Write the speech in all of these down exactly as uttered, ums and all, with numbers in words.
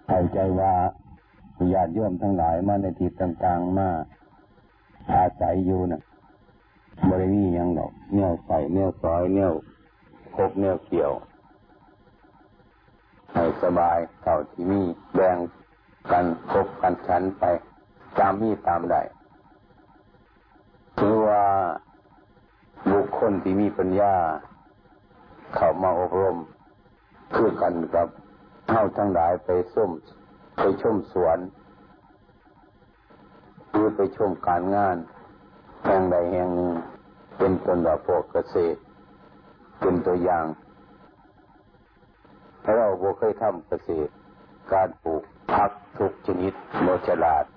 เข้าใจว่าญาติโยมทั้งหลายมาในที่ต่างๆมาอาศัยอยู่น่ะบริวียังดอกแนวใส่แนวซอยแนวคบแนวเกี่ยวให้สบายเท่าที่มีแบ่งกันคบกันฉันไปตามมีตามได้ถือว่าบุคคลที่มีปัญญาเข้ามาอบรมคือกันกับเฮาทั้งหลายไปส้มไปชมสวนหรือไปชมการงานแห่งใดแห่งหนึ่งเป็นต้นแบบพวกเกษตรเป็นตัวอย่างถ้าเราบ่เคยทำเกษตรการปลูกผักทุกชนิดบ่ฉลาด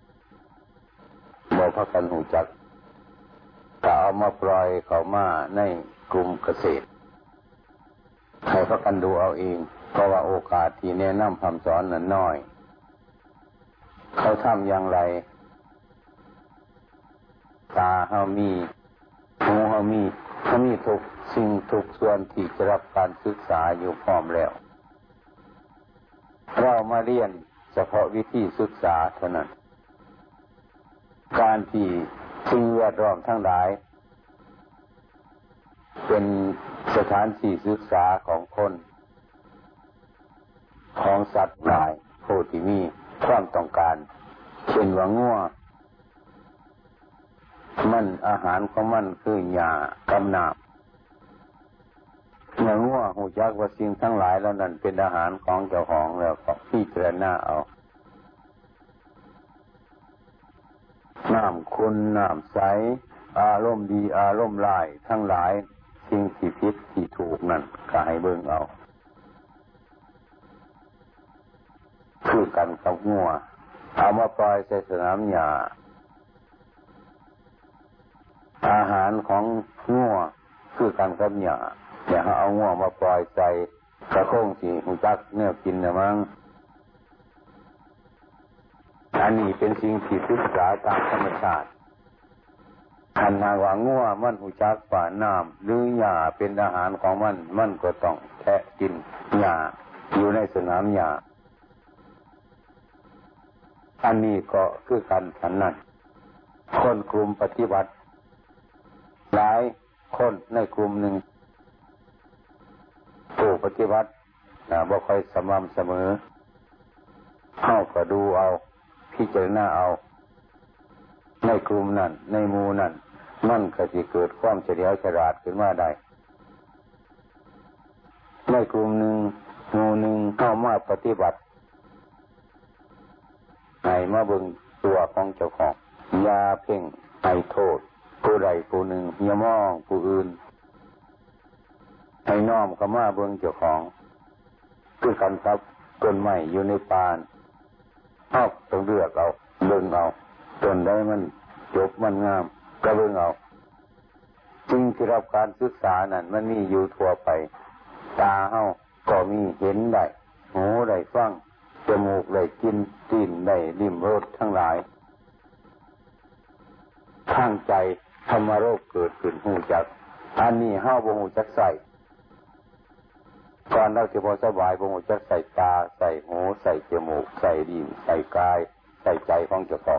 บ่พักกันหูจักถ้าเอามาปล่อยเขามาในกลุ่มเกษตรให้พักกันดูเอาเองเพราะว่าโอกาสที่แนะนำคำสอนนั้นน้อยเขาทำอย่างไรตาเฮามีหูเฮามีเฮามีทุกสิ่งทุกส่วนที่จะรับการศึกษาอยู่พร้อมแล้วเรามาเรียนเฉพาะวิธีศึกษาเท่านั้นการที่สิ่งแวดล้อมทั้งหลายเป็นสถานที่ศึกษาของคนของสัตว์หลายผู้ที่มีความต้องการเช่นว่างัวมันอาหารของมันคือหญ้ากำนาบเมื่องัวหูจักว่าสิ่งทั้งหลายแล้วนั้นเป็นอาหารของเจ้าของแล้วก็พิจารณาเอาน้ำคุณน้ำใสอารมณ์ดีอารมณ์ร้ายทั้งหลายสิ่งที่ผิดที่ถูกนั่นก็ให้เบิ่งเอาคือกันกับงัวเอามาปล่อยใส่สนามหญ้าอาหารของงัวคือกันกับหญ้าอย่าเอางัวมาปล่อยใส่กระโคงสิหูจักเนื้อกินนะมั้งอันนี้เป็นสิ่งที่ศึกษาตามธรรมชาติคันหากว่างัวมันหูจักว่าน้ำหรือหญ้าเป็นอาหารของมันมันก็ต้องแทะกินหญ้าอยู่ในสนามหญ้าอันนี้ก็คือการฉันนั้นคนกลุ่มปฏิบัติหลายคนในกลุ่มหนึ่งผู้ปฏิบัติบ่ค่อยสม่ำเสมอเข้าก็ดูเอาพิจารณาเอาในกลุ่มนั้นในหมู่นั้นมันก็จะเกิดความเฉลียวฉลาดขึ้นมาได้ในกลุ่มหนึ่งหมู่หนึ่งเข้ามาปฏิบัติให้มาเบิ่งตัวของเจ้าของอย่าเพ่งให้โทษผู้ใดผู้หนึ่งอย่ามองผู้อื่นให้น้อมเข้ามาเบิ่งเจ้าของคือกันครับต้นไม้อยู่ในป่าเอาต้องเลือกเอาเบิ่งเอาต้นใดมันจบมันงามก็เบิ่งเอาสิ่งที่รับการศึกษานั้นมันมีอยู่ทั่วไปตาเฮาก็มีเห็นได้หูได้ฟังจมูกได้กินลิ้นได้ลิ้มรสทั้งหลายทางใจธรรมโรคเกิดขึ้นหูจักอันนี้เฮาบ่ฮู้จักใส่ก่อนเราสิบ่สบายบ่ฮู้จักใส่ตาใส่หูใส่จมูกใส่ลิ้นใส่กายใส่ใจของเจ้าของ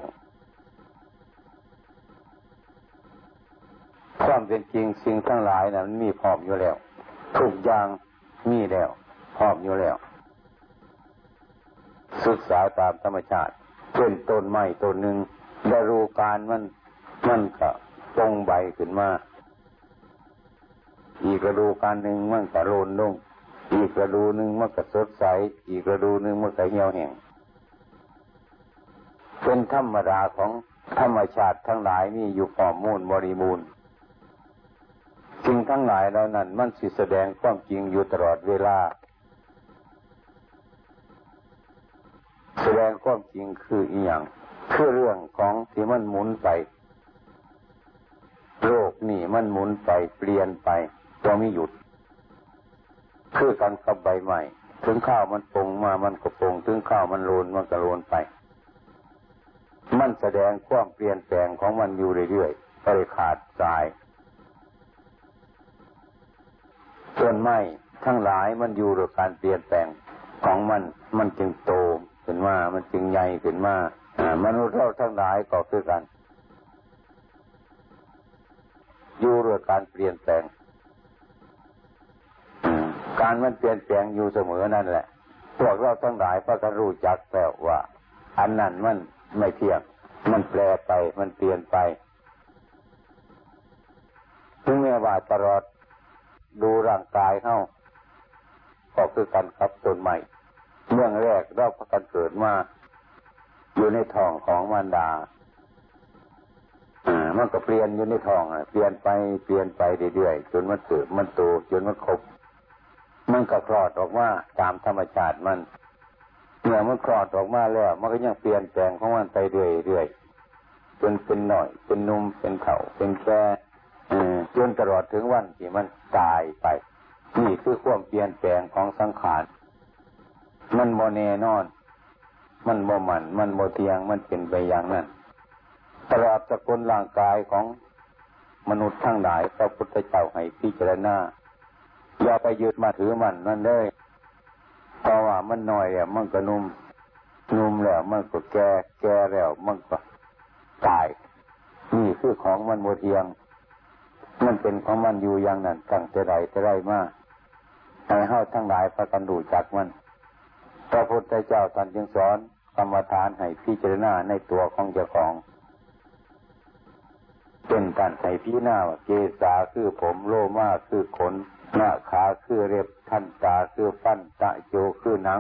ความเป็นจริงสิ่งทั้งหลายนั้นมันมีพร้อมอยู่แล้วทุกอย่างมีแล้วพร้อมอยู่แล้วศึกษาตามธรรมชาติเช่นต้นไม้ต้นหนึ่งฤดูกาลมันมันก็ตรงใบขึ้นมาอีกฤดูกาลหนึ่งมันก็โรนลงอีกฤดูหนึ่งมันก็สดใสอีกฤดูหนึ่งมันก็เหี่ยวแห้งเป็นธรรมดาของธรรมชาติทั้งหลายมีอยู่พร้อมมูลบริบูรณ์สิ่งทั้งหลายเหล่านั้นมันสิแสดงความจริงอยู่ตลอดเวลาแสดงความจริงคืออีหยังคือเรื่องของที่มันหมุนไปโลกนี่มันหมุนไปเปลี่ยนไปก็ไม่หยุดคือกันกับใบไม้ถึงข้าวมันปงมามันก็ปงถึงข้าวมันโลนมันก็โลนไปมันแสดงความเปลี่ยนแปลงของมันอยู่เรื่อยๆไม่ได้ขาดสายต้นไม้ทั้งหลายมันอยู่ด้วยการเปลี่ยนแปลงของมันมันจึงโตขึ้นมามันจึงใหญ่ขึ้นมามนุษย์เราทั้งหลายก็คือกันอยู่ด้วยการเปลี่ยนแปลงการมันเปลี่ยนแปลงอยู่เสมอนั่นแหละพวกเราทั้งหลายพระกันรู้จักแล้วว่าอันนั้นมันไม่เที่ยงมันแปรไปมันเปลี่ยนไปถึงแม้ว่าตลอดดูร่างกายเฮาก็คือกันกับต้นไม้เมื่อแรกเราพากันเกิดมาอยู่ในท้องของมารดาอ่ามันก็เปลี่ยนอยู่ในท้องอ่ะเปลี่ยนไปเปลี่ยนไปเรื่อยๆจนมันเติบมันโตจนมันครบมันก็คลอดออกมาตามธรรมชาติมันเมื่อมันคลอดออกมาแล้วมันก็ยังเปลี่ยนแปลงของมันไปเรื่อยๆจนเป็นหน่อยเป็นนุ่มเป็นเฒ่าเป็นแก่จนตลอดถึงวันที่มันตายไปนี่คือความเปลี่ยนแปลงของสังขารมันโมแน่นอนมันโมมันมันโมเที่ยงมันเป็นไปอย่างนั้นตลอดสกุลร่างกายของมนุษย์ทั้งหลายพระพุทธเจ้าให้พิจารณาอย่าไปยึดมาถือมันนั่นเลยเพราะว่ามันน้อยแล้วมันก็นุ่มนุ่มแล้วมันก็แก่แก่แล้วมันก็ตายนี่คือของมันโมเที่ยงมันเป็นของมันอยู่อย่างนั้นตั้งแต่ใดแต่ไรมาให้เฮาทั้งหลายพากันรู้จักมันพระพุทธเจ้าท่านจึงสอนกรรมฐานให้พิจารณาในตัวของเจ้าของเป็นการให้พิจารณาว่าเกศาคือผมโลมาคือขนหน้าขาคือเล็บทันตาคือฟันตะโจคือหนัง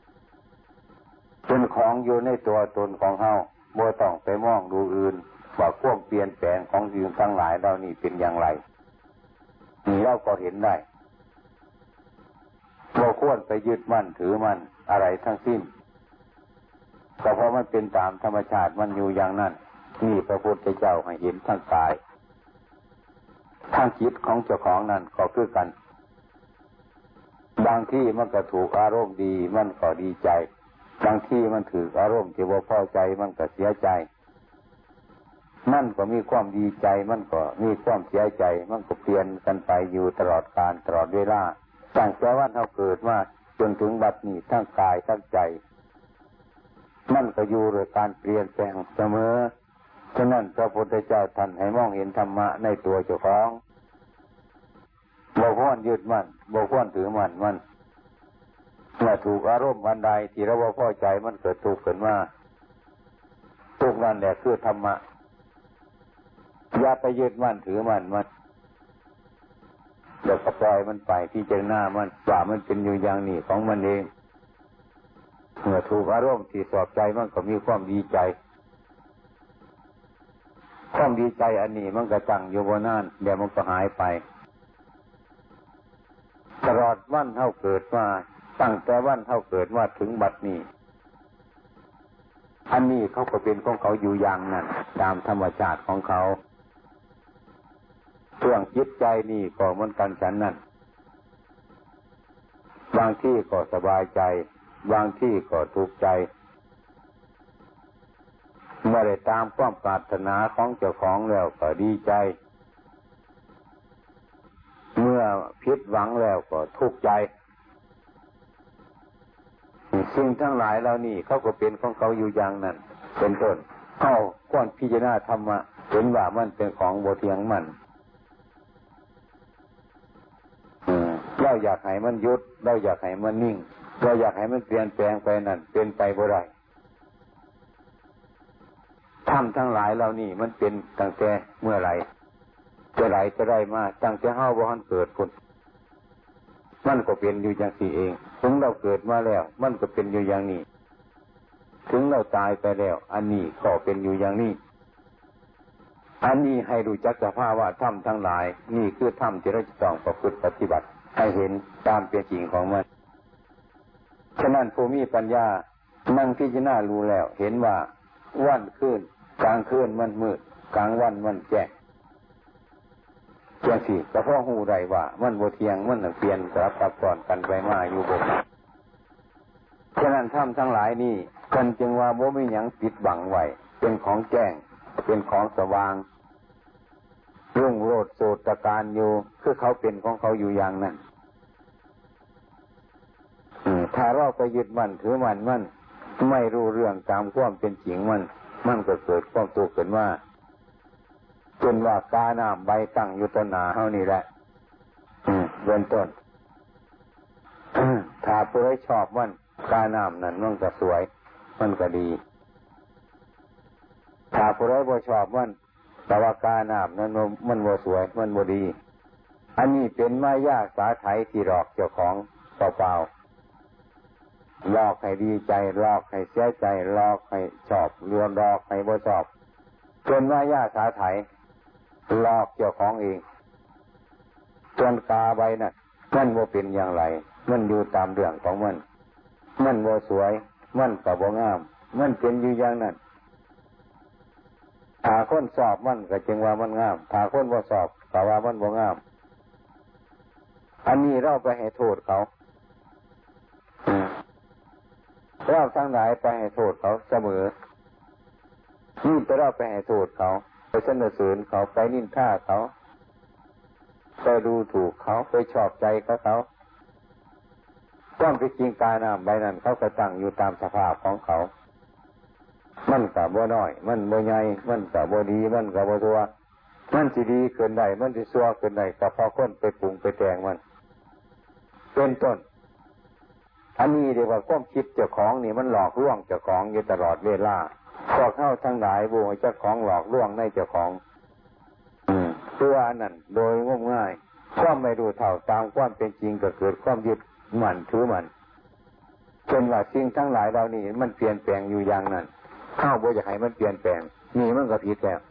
เป็นของอยู่ในตัวตนของเฮาบ่ต้องไปมองดูอื่นว่าความเปลี่ยนแปลงของสิ่งทั้งหลายเหล่านี้เป็นอย่างไรนี่เราก็เห็นได้เราควรไปยึดมั่นถือมั่นอะไรทั้งสิ้นก็เพราะมันเป็นตามธรรมชาติมันอยู่อย่างนั้นนี่พระพุทธเจ้าให้เห็นทั้งกายทั้งจิตของเจ้าของนั่นก็คือกันบางที่มันก็ถูกอารมณ์ดีมันก็ดีใจบางที่มันถืออารมณ์ที่ว่าพอใจมันก็เสียใจมันก็มีความดีใจมันก็มีความเสียใจมันก็เปลี่ยนกันไปอยู่ตลอดกาลตลอดเวลาตั้งแต่วันเราเกิดมาจนถึงบัดนี้ทั้งกายทั้งใจมันก็อยู่โดยการเปลี่ยนแปลงเสมอฉะนั้นพระพุทธเจ้าท่านให้มองเห็นธรรมะในตัวเจ้าของบ่ควรยึดมั่นบ่ควรถือมั่นมันเมื่อถูกอารมณ์อันใดที่เราบ่พอใจมันเกิดทุกข์ขึ้นมาทุกข์นั่นแหละคือธรรมะอย่าไปยึดมั่นถือมั่นมันเดี๋ยวก็ปล่อยมันไปพิจารณามันว่ามันเป็นอยู่อย่างนี้ของมันเองเมื่อถูกอารมณ์ที่สอบใจมันก็มีความดีใจความดีใจอันนี้มันก็ตั้งอยู่บนนั้นเดี๋ยวมันก็หายไปตลอดวันเท่าเกิดมาตั้งแต่วันเท่าเกิดมาถึงบัดนี้อันนี้เขาก็เป็นของเขาอยู่อย่างนั้นตามธรรมชาติของเขาเรื่องจิตใจนี่ก็เหมือนกันฉันนั้นบางที่ก็สบายใจบางที่ก็ทุกข์ใจเมื่อได้ตามความปรารถนาของเจ้าของแล้วก็ดีใจเมื่อผิดหวังแล้วก็ทุกข์ใจสิ่งทั้งหลายเหล่านี้เขาก็เป็นของเขาอยู่อย่างนั้นเป็นต้นเอาควรพิจารณาธรรมะเห็นว่ามันเป็นของบ่เที่ยงมันเราอยากให้มันหยุดเราอยากให้มันนิ่งเราอยากให้มันเปลี่ยนแปลงไปนั่นเป็นไปบ่ได้ธรรมทั้งหลายเหล่านี้มันเป็นตั้งแต่เมื่อไหร่จะไหลจะได้มาตั้งแต่เฮาบ่ทันเกิดพุ่นมันก็เป็นอยู่อย่างนี้เองถึงเราเกิดมาแล้วมันก็เป็นอยู่อย่างนี้ถึงเราตายไปแล้วอันนี้ก็เป็นอยู่อย่างนี้อันนี้ให้รู้จักสภาวะธรรมทั้งหลายนี่คือธรรมที่เราจะต้องประพฤติปฏิบัติให้เห็นตามเป็นจริงของมันฉะนั้นผู้มีปัญญานั่งพิจารณารู้แล้วเห็นว่าวันคืนกลางคืนมันมืดกลางวันมันแจ้งเพียงสิแต่พ่อหูได้ว่ามันบ่เที่ยงมันเปลี่ยนสลับซับซ้อนกันไปมาอยู่บ่ฉะนั้นธรรมทั้งหลายนี่คนจึงว่าบ่มีหยังปิดบังไว้เป็นของแจ้งเป็นของสว่างรุ่งโรจน์โสตการอยู่คือเขาเป็นของเขาอยู่อย่างนั้นถ้าเราไปยึดมั่นถือมั่นมั่นไม่รู้เรื่องตามความเป็นจริงมันมันก็เกิดความทุกข์ขึ้นมาจนว่ากาน้ำใบตั้งอยู่ต้นหนาเฮานี่แหละเริ่มต้นถ้าผู้ใดชอบมันกาน้ำนั้นมันก็สวยมันก็ดีถ้าผู้ใดบ่ชอบมันแต่ว่ากาน้ำนั้นมันบ่สวยมันบ่ดีอันนี้เป็นมายาสาไถที่หลอกเจ้าของเปล่าๆหลอกให้ดีใจหลอกให้เสียใจหลอกให้ชอบเรือหลอกให้บ่ชอบเป็นมายาสาไถหลอกเจ้าของเองส่วนกาใบน่ะมันบ่เป็นอย่างไรมันอยู่ตามเรื่องของมันมันบ่สวยมันก็บ่งามมันเป็นอยู่อย่างนั้นถ้าคนสอบมันก็จึงว่ามันงามถ้าคนบ่สอบก็ว่ามันบ่งามอันนี้เราไปให้โทษเขาเราทั้งหลายไปให้โทษเขาเสมอนี่ไปเราไปให้โทษเขาไปสนเสริญเขาไปนินทาเขาไปดูถูกเขาไปชอบใจกับเขาต้องไปจริงกาน้ำใบนั้นเขาก็ตั้งอยู่ตามสภาพของเขามันก็บ่น้อยมันบ่ใหญ่มันก็บ่ดีมันก็บ่ชั่วมันสิดีเกินได้มันสิชั่วเกินได้ก็เพราะคนไปปรุงไปแต่งมันเป็นต้นอันนี้เรียกว่าความคิดเจ้าของนี่มันหลอกลวงเจ้าของอยู่ตลอดเวลาพวกเข้าทั้งหลายบูเจ้าของหลอกลวงในเจ้าของเพื่อนั่นโดยงมง่ายความไม่รู้เท่าตามความเป็นจริงก็เกิดความยึดมั่นถือมันจนว่าสิ่งทั้งหลายเรานี่มันเปลี่ยนแปลงอยู่อย่างนั้นเข้าบ่อยากให้มันเปลี่ยนแปลงนี่มันก็ผิดแล้ว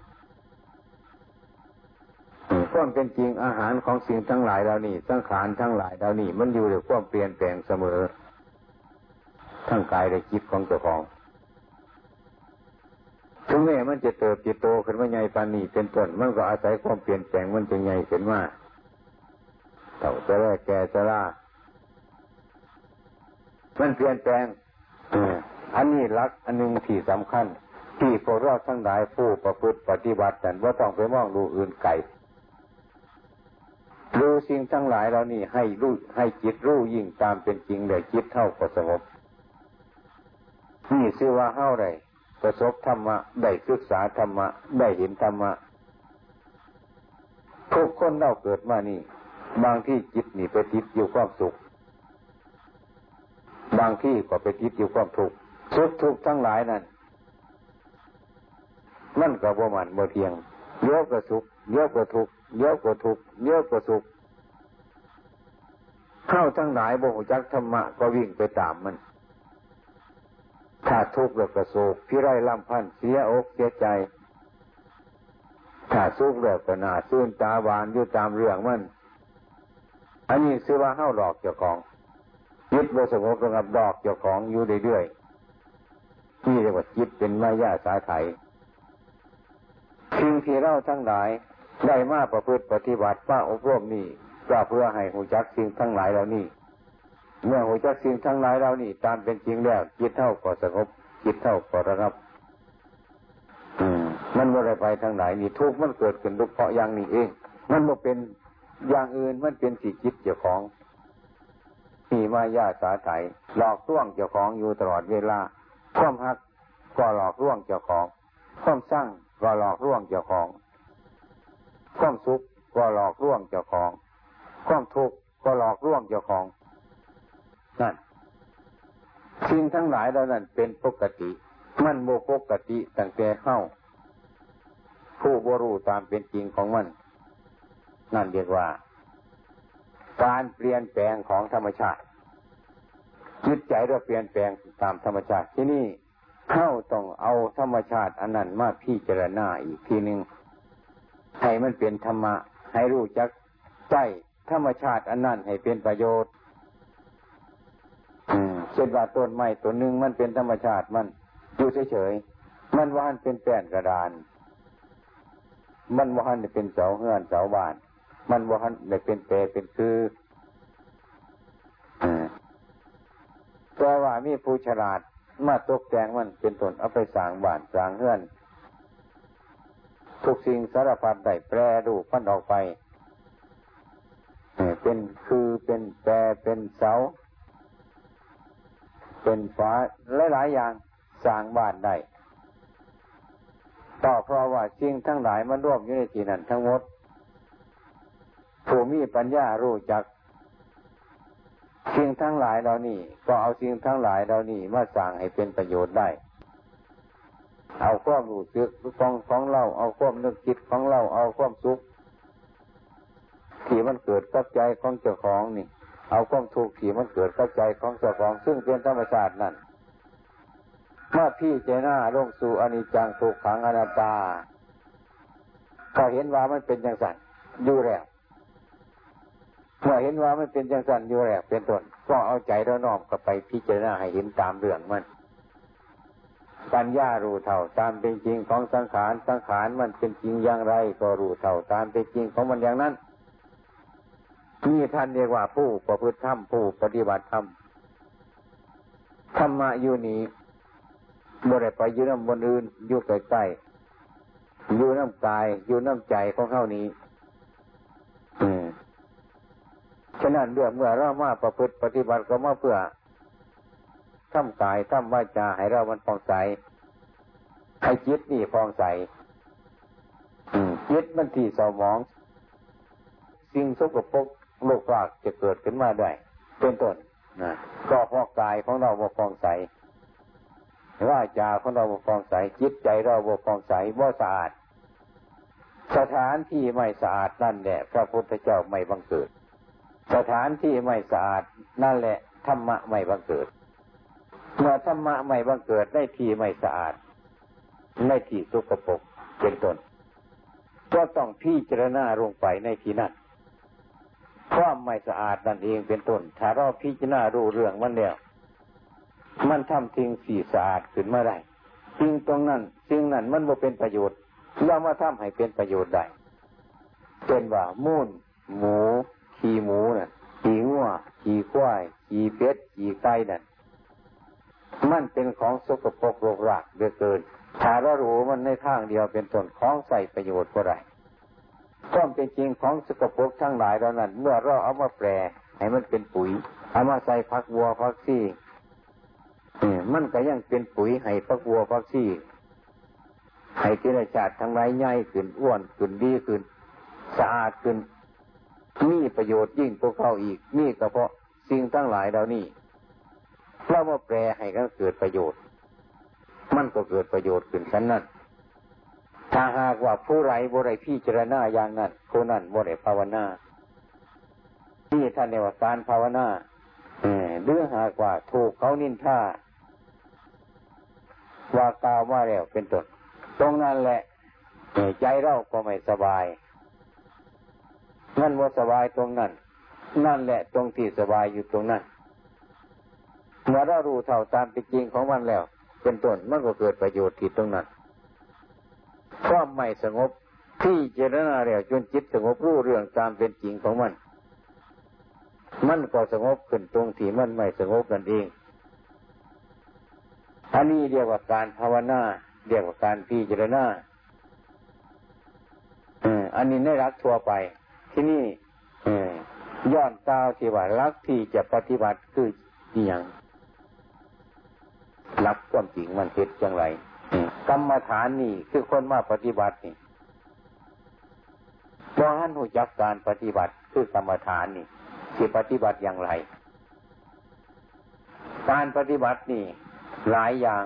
ความเป็นจริงอาหารของสิ่งทั้งหลายเรานี่สังขารทั้งหลายเรานี่มันอยู่ในความเปลี่ยนแปลงเสมอทั้งกายและจิตของเจ้าของถึงแม้มันจะเติบโตขึ้นมาใหญ่ปานนี้เป็นต้นมันก็อาศัยความเปลี่ยนแปลงมันจะใหญ่ขึ้นมาเต่าจะแรกแก่จะล่ามันเปลี่ยนแปลงอันนี้หลักอันหนึ่งที่สำคัญที่พวกเราทั้งหลายผู้ประพฤติปฏิบัติกันว่าต้องไปมองดูอื่นไกลรู้สิ่งทั้งหลายเรานี่ให้รู้ให้จิตรู้ยิ่งตามเป็นจริงเลยจิตเท่ากับสงบนี่ชื่อว่าเท่าไรประสบธรรมะได้ศึกษาธรรมะได้เห็นธรรมะทุกคนเราเกิดมานี่บางที่จิตนี่ไปติดอยู่ความสุขบางที่ก็ไปติดอยู่ความทุกข์สุขทุกข์ทั้งหลายนั้นมันก็บ่มันบ่เที่ยงเยอะก็สุขเยอะก็ทุกข์เยอะก็ทุกข์เยอะก็สุขเข้าทั้งหลายบ่รู้จักธรรมะก็วิ่งไปตามมันถ้าทุกข์แล้วก็โศกพิไรลำพันธ์เสียอกเสียใจถ้าสุขแล้วก็น่าชื่นตาหวานอยู่ตามเรื่องมันอันนี้ชื่อว่าเฮาหลอกเจ้าของจิตบ่สงบระงับดอกเจ้าของอยู่เรื่อยๆที่เรียกว่าจิตเป็นมายาสาไถสิ่งที่เราทั้งหลายได้มาประพฤติปฏิบัติมาอบรมนี่ก็เพื่อให้หูจักสิ่งทั้งหลายเหล่านี้เมื่อหูจักสิ่งทั้งหลายเหล่านี้ตามเป็นจริงแล้วจิตเท่าก็สงบจิตเท่าก็ระงับอืมมันบ่ได้ไปทางไหนนี่ทุกข์มันเกิดขึ้นเพราะอย่างนี้เองมันบ่เป็นอย่างอื่นมันเป็นสิจิตเจ้าของมีมายาสาไถหลอกลวงเจ้าของอยู่ตลอดเวลาความฮักก็หลอกลวงเจ้าของความสร้างก็หลอกลวงเจ้าของความสุขก็หลอกลวงเจ้าของความทุกข์ก็หลอกลวงเจ้าของนั่นสิ่งทั้งหลายเหล่านั้นเป็นปกติมันโมปกติตั้งแต่เข้าผู้บ่รู้ตามเป็นจริงของมันนั่นเรียกว่าการเปลี่ยนแปลงของธรรมชาติจิตใจเราเปลี่ยนแปลงตามธรรมชาติที่นี่เข้าต้องเอาธรรมชาติอันนั้นมาพิจารณาอีกทีหนึ่งให้มันเป็นธรรมะให้รู้จักใช้ธรรมชาติอันนั้นให้เป็นประโยชน์เช่นว่าต้นไม้ต้นหนึ่งมันเป็นธรรมชาติมันอยู่เฉยๆมันว่ามันเป็นแป้นกระดานมันว่ามันเป็นเสาเฮือนเสาบ้านมันว่ามันเป็นเปรเป็นคือแต่ว่ามีผู้ฉลาดมาตกแต่งมันเป็นต้นเอาไปสร้างบ้านสร้างเฮือนทุกสิ่งสารพัดได้แปรรูปมันออกไปเป็นคือเป็นแปรเป็นเสาเป็นฟ้าหลายๆอย่างสร้างบ้านได้ต่อเพราะว่าสิ่งทั้งหลายมันรวมอยู่ในที่นั้นทั้งหมดผู้มีปัญญารู้จักสิ่งทั้งหลายเหล่านี้ก็เอาสิ่งทั้งหลายเหล่านี้มาสร้างให้เป็นประโยชน์ได้เอาความรู้สึกของของเราเอาความนึกคิดของเราเอาความสุขที่มันเกิดกับใจของเจ้าของนี่เอาความทุกข์ที่มันเกิดกับใจของเจ้าของซึ่งเป็นธรรมชาตินั่นเมื่อพี่เจน่าลงสู่อนิจจังทุกขังอนัตตาก็เห็นว่ามันเป็นอย่างนั้นอยู่แล้วเมื่อเห็นว่ามันเป็นอย่างนั้นอยู่แล้วเป็นต้นก็เอาใจเราน้อมเข้าไปพิจารณาให้เห็นตามเรื่องมันปัญญารู้เท่าตามเป็นจริงของสังขารสังขารมันเป็นจริงอย่างไรก็รู้เท่าตามเป็นจริงของมันอย่างนั้นนี่ท่านเรียกว่าผู้ประพฤติธรรมผู้ปฏิบัติธรรมธรรมะอยู่นี้บ่ได้ไปอยู่น้ำบนอื่นอยู่ใกล้ๆอยู่น้ำกายอยู่น้ำใจของเขานี้อืมฉะนั้นเรื่องเมื่อเรามาประพฤติปฏิบัติก็มาเพื่อทำกายทำวาจาให้เรามันผ่องใสให้จิตนี่ผ่องใสจิตมันที่เศร้าหมองสิ่งสกปรกโลกรากจะเกิดขึ้นมาได้เป็นต้นนะก็เพราะกายของเราบ่ผ่องใสวาจาของเราบ่ผ่องใสจิตใจเราบ่ผ่องใสบ่สะอาดสถานที่ไม่สะอาดนั่นแหละพระพุทธเจ้าไม่บังเกิดสถานที่ไม่สะอาดนั่นแหละธรรมะไม่บังเกิดเมื่อธรรมะไม่บังเกิดในที่ไม่สะอาดในที่สกปรกเป็นต้นก็ต้องพิจารณาลงไปในที่นั้นความไม่สะอาดนั่นเองเป็นต้นถ้าเราพิจารณารู้เรื่องมันแล้วมันทำทิ้งสีสะอาดขึ้นมาได้สิ่งตรงนั้นสิ่งนั้นมันบ่เป็นประโยชน์เรามาทำให้เป็นประโยชน์ได้เป็นว่ามูลหมูขี้หมูน่ะขี้งัวขี้ควายขี้เป็ดขี้ไก่นั่นมันเป็นของสกปรกโรคราเหลือเกินถ้าเรารู้มันในทางเดียวเป็นต้นของใส่ประโยชน์ก็ได้ความเป็นจริงของสกปรกทั้งหลายเหล่านั้นเมื่อเราเอามาแปรให้มันเป็นปุ๋ยเอามาใส่ผักบัวผักชีมันก็ยังเป็นปุ๋ยให้ผักบัวผักชีให้ธรรมชาติทั้งหลายใหญ่ขึ้นอ้วนขึ้นดีขึ้นสะอาดขึ้นมีประโยชน์ยิ่งกว่าเขาอีกนี่ก็เพราะสิ่งทั้งหลายเหล่านี้เรามาแปรให้กันเกิดประโยชน์มันก็เกิดประโยชน์ขึ้นชั้นนั้นถ้าหากว่าผู้ไรบ่ได้พิจารณาอย่างนั้นผู้นั้นบ่ได้ภาวนาที่ท่านเรียกว่าการภาวนาหรือหากว่าถูกเขานินทาว่ากล่าวว่าแล้วเป็นต้นตรงนั้นแหละใจเราก็ไม่สบายนั่นว่าสบายตรงนั้นนั่นแหละตรงที่สบายอยู่ตรงนั้นเมื่อเรารู้เท่าตามเป็นจริงของมันแล้วเป็นต้นมันก็เกิดประโยชน์ที่ตรงนั้นความไม่สงบที่เจรณาแล้วจนจิตสงบรู้เรื่องตามเป็นจริงของมันมันก็สงบขึ้นตรงที่มันไม่สงบนั่นเองอันนี้เรียกว่าการภาวนาเรียกว่าการพิจารณาอันนี้ในรักทั่วไปที่นี่ย้อนกล่าวที่ว่ารักที่จะปฏิบัติคืออย่างรับความจริงมันเฮ็ดจังไรกรรมฐานนี่คือคนมาปฏิบัตินี่บ่ทันรู้จักการปฏิบัติคือกรรมฐานนี่สิปฏิบัติอย่างไรการปฏิบัตินี่หลายอย่าง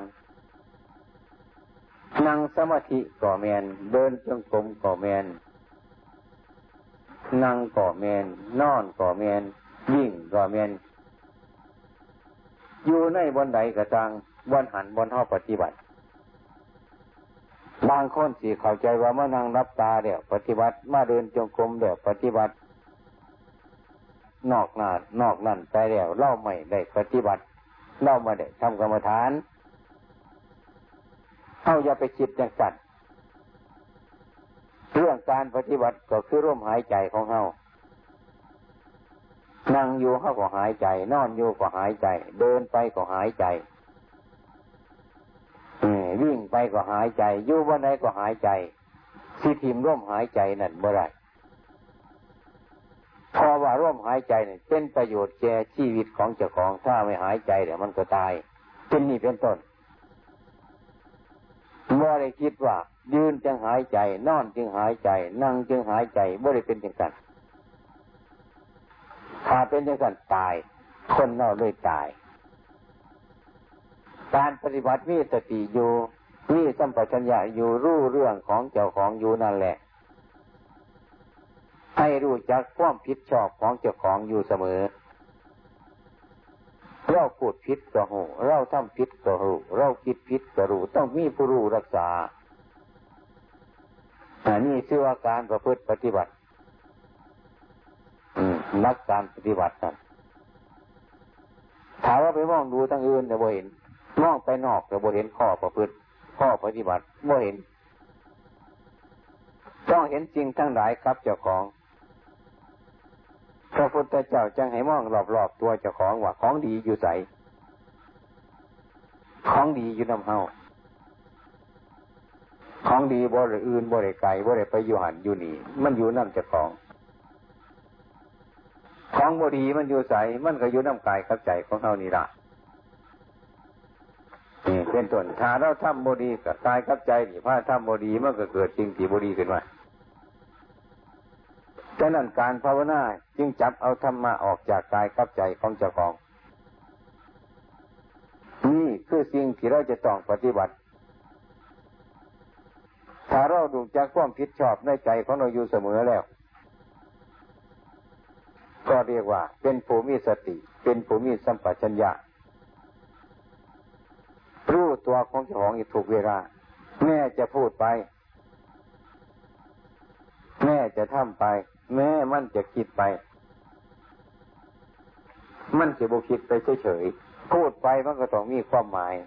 นั่งสมาธิก็แม่นเดินจงกรมก็แม่นนั่งก็แม่นนอนก็แม่นวิ่งก็แม่นอยู่ในบนใดก็ตามบนหันบนเฮาปฏิบัติบางคนสิเข้าใจว่ามานั่งรับตาเดี๋ยวปฏิบัติมาเดินจงกรมเดี๋ยวปฏิบัตินอกหน้านอกนั่นไปแล้วเล่าไม่ได้ปฏิบัติเล่าไม่ได้ทำกรรมฐานเอาอย่าไปคิดอย่างนั้นเรื่องการปฏิบัติก็คือร่วมหายใจของเฮานั่งอยู่เฮาก็หายใจนอนอยู่ก็หายใจเดินไปก็หายใจวิ่งไปก็หายใจอยู่บนไหนก็หายใจสิทิมร่วมหายใจนั่นบ่ได้เพราะว่าร่วมหายใจนี่เป็นประโยชน์แก่ชีวิตของเจ้าของถ้าไม่หายใจเดี๋ยวมันก็ตายเป็นนี่เป็นต้นบ่ได้คิดว่ายืนจึงหายใจนอนจึงหายใจนั่งจึงหายใจบ่ได้เป็นจังซั่นถ้าเป็นจังซั่นตายคนเราเลยตายการปฏิบัติมีสติอยู่มีสัมปชัญญะอยู่รู้เรื่องของเจ้าของอยู่นั่นแหละให้รู้จักความผิดชอบของเจ้าของอยู่เสมอเราพูดผิดก็รู้เราทำผิดก็รู้เราคิดผิดก็รู้ต้องมีผู้รู้รักษาอันนี้ชื่อว่าการประพฤติปฏิบัตินักการปฏิบัติกันถามว่าไปมองดูทางอื่นแต่บ่เห็นมองไปนอกแต่บ่เห็นข้อประพฤติข้อปฏิบัติบ่เห็นต้องเห็นจริงทั้งหลายครับเจ้าของพระพุทธเจ้าจึงให้มองรอบๆตัวเจ้าของว่าของดีอยู่ไสของดีอยู่นำเฮาของดีบ่ได้อื่นบ่ได้ไกลบ่ได้ไปอยู่หันอยู่นี่มันอยู่นำเจ้าของของบ่ดีมันอยู่ไสมันก็อยู่นำกายกับใจของเฮานี่ล่ะนี่เป็นต้นถ้าเราทำบ่ดีกับกายกับใจนี่พาทำบ่ดีมันก็เกิดสิ่งที่บ่ดีขึ้นมาฉะนั้นการภาวนาจึงจับเอาธรรมะออกจากกายกับใจของเจ้าของนี่คือสิ่งที่เราจะต้องปฏิบัติถ้าเราดูจากความผิดชอบในใจของเราอยู่เสมอแล้วก็เรียกว่าเป็นผู้มีสติเป็นผู้มีสัมปชัญญะรู้ตัวของเจ้าของอยู่ทุกเวลาแม่จะพูดไปแม่จะทำไปแม่มันจะคิดไปมันจะบ่คิดไปเฉยๆพูดไปมันก็ต้องมีความหมาย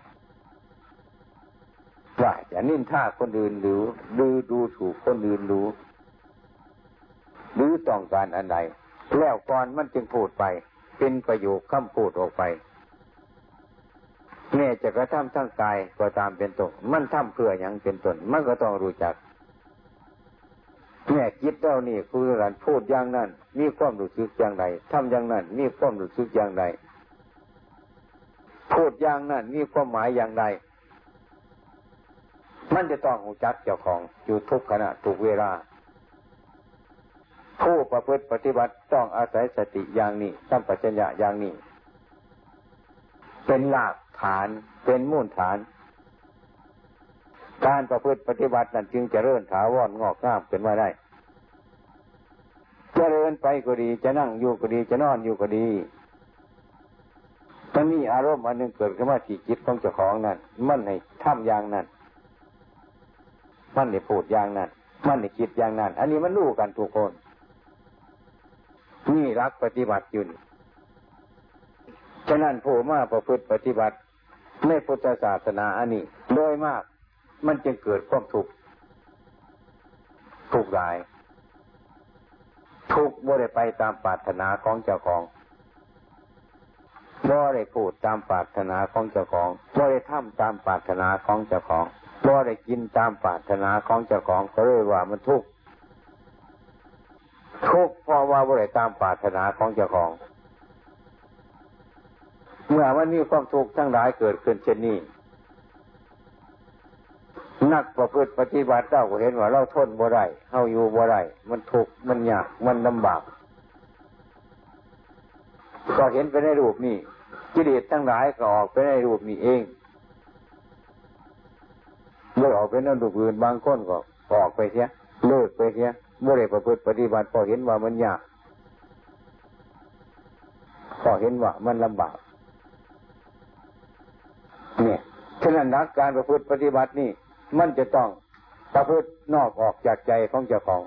ว่าจะนินทาคนอื่นหรือดูดูถูกคนอื่นรู้หรือต้องการอันใดแล้วก่อนมันจึงพูดไปเป็นประโยคคำพูดออกไปแม่จะกระทำทั้งกายก็ตามเป็นต้นมันทำเพื่อหยังเป็นต้นมันก็ต้องรู้จักแม่คิดเท่านี้คือการพูดอย่างนั้นมีความรู้สึกอย่างไรทำอย่างนั้นมีความรู้สึกอย่างไรพูดอย่างนั้นมีความหมายอย่างไรมันจะต้องรู้จักเจ้าของอยู่ทุกขณะทุกเวลาผู้ประพฤติปฏิบัติต้องอาศัยสติอย่างนี้สัมปชัญญะอย่างนี้เป็นหลักฐานเป็นมูลฐานการประพฤติปฏิบัตินั้นจึงจะเริ่มถาวรงอกงามขึ้นมาได้จะเดินไปก็ดีจะนั่งอยู่ก็ดีจะนอนอยู่ก็ดีถ้ามีอารมณ์อันหนึ่งเกิดขึ้นมาที่จิตของเจ้าของนั้นมันให้ทำอย่างนั้นมันให้พูดอย่างนั้นมันให้คิดอย่างนั้นอันนี้มันรู้กันทุกคนนี่รักปฏิบัติอยู่ฉะนั้นผู้มาประพฤติปฏิบัติในพุทธศาสนาอันนี้โดยมากมันจึงเกิดความทุกข์ทุกข์หลายทุกข์บ่ได้ไปตามปรารถนาของเจ้าของบ่ได้พูดตามปรารถนาของเจ้าของบ่ได้ทำตามปรารถนาของเจ้าของบ่ได้กินตามปรารถนาของเจ้าของก็เลยว่ามันทุกข์ทุกข์เพราะว่าบ่ได้ตามปรารถนาของเจ้าของเมื่อมันมีความทุกข์ทั้งหลายเกิดขึ้นเช่นนี้นักประพฤติปฏิบัติเราก็เห็นว่าเราทนบ่ได้เฮาอยู่บ่ได้มันทุกข์มันยากมันลำบากก็เห็นไปในรูปนี้กิเลสทั้งหลายก็ออกไปในรูปนี้เองเมื่อออกไปในรูปอื่นบางคนก็ออกไปเสียเลิกไปเสียบ่ได้ประพฤติปฏิบัติพอเห็นว่ามันยากพอเห็นว่ามันลำบากเนี่ยฉะนั้นนักการประพฤติปฏิบัตินี่มันจะต้องประพฤตินอกออกจากใจของเจ้าของ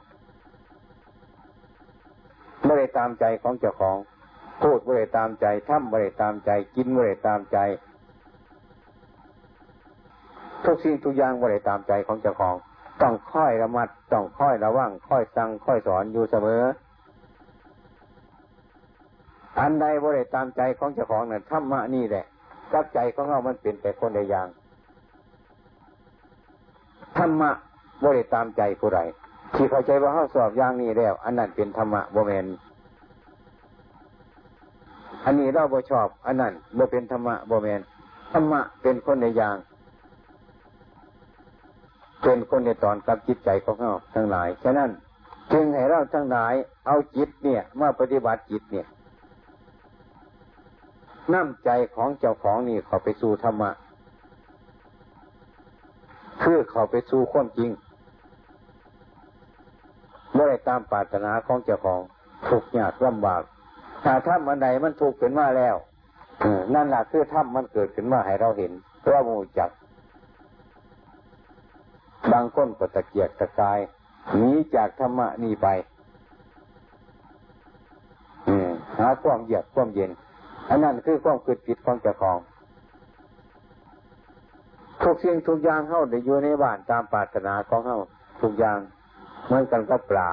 ไม่ได้ตามใจของเจ้าของพูดไม่ได้ตามใจทำไม่ได้ตามใจกินไม่ได้ตามใจทุกสิ่งทุกอย่างไม่ได้ตามใจของเจ้าของต้องค่อยระมัดต้องค่อยระวังค่อยสั่งค่อยสอนอยู่เสมออันใดไม่ได้ตามใจของเจ้าของนั่นธรรมะนี่แหละกับใจของเรามันเป็นแต่คนใดอย่างธรรมะบ่ได้ตามใจผู้ใดที่เข้าใจว่าเขาสอบอย่างนี้แล้วอันนั้นเป็นธรรมะบ่แม่นอันนี้เราบ่ชอบอันนั้นบ่เป็นธรรมะบ่แม่นธรรมะเป็นคนในอย่างเป็นคนในตอนกับจิตใจของเราทั้งหลายฉะนั้นจึงให้เราทั้งหลายเอาจิตเนี่ยมาปฏิบัติจิตเนี่ยน้ำใจของเจ้าของนี่เข้าไปสู่ธรรมะคือเข้าไปสู่ความจริงไม่ได้ตามปรารถนาของเจ้าของทุกข์ยากลำบากถ้าธรรมอันใดมันถูกขึ้นมาแล้วนั่นแหละคือธรรมมันเกิดขึ้นมาให้เราเห็นเรารู้จักบางคนก็ตะเกียกตะกายหนีจากธรรมะนี่ไปหาความเยือกความเย็นอันนั้นคือความคิดผิดของเจ้าของทุกสิ่งทุกอย่างเข้าได้อยู่ในบ้านตามปรารถนาของเข้าทุกอย่างเหมือนกันกับปลา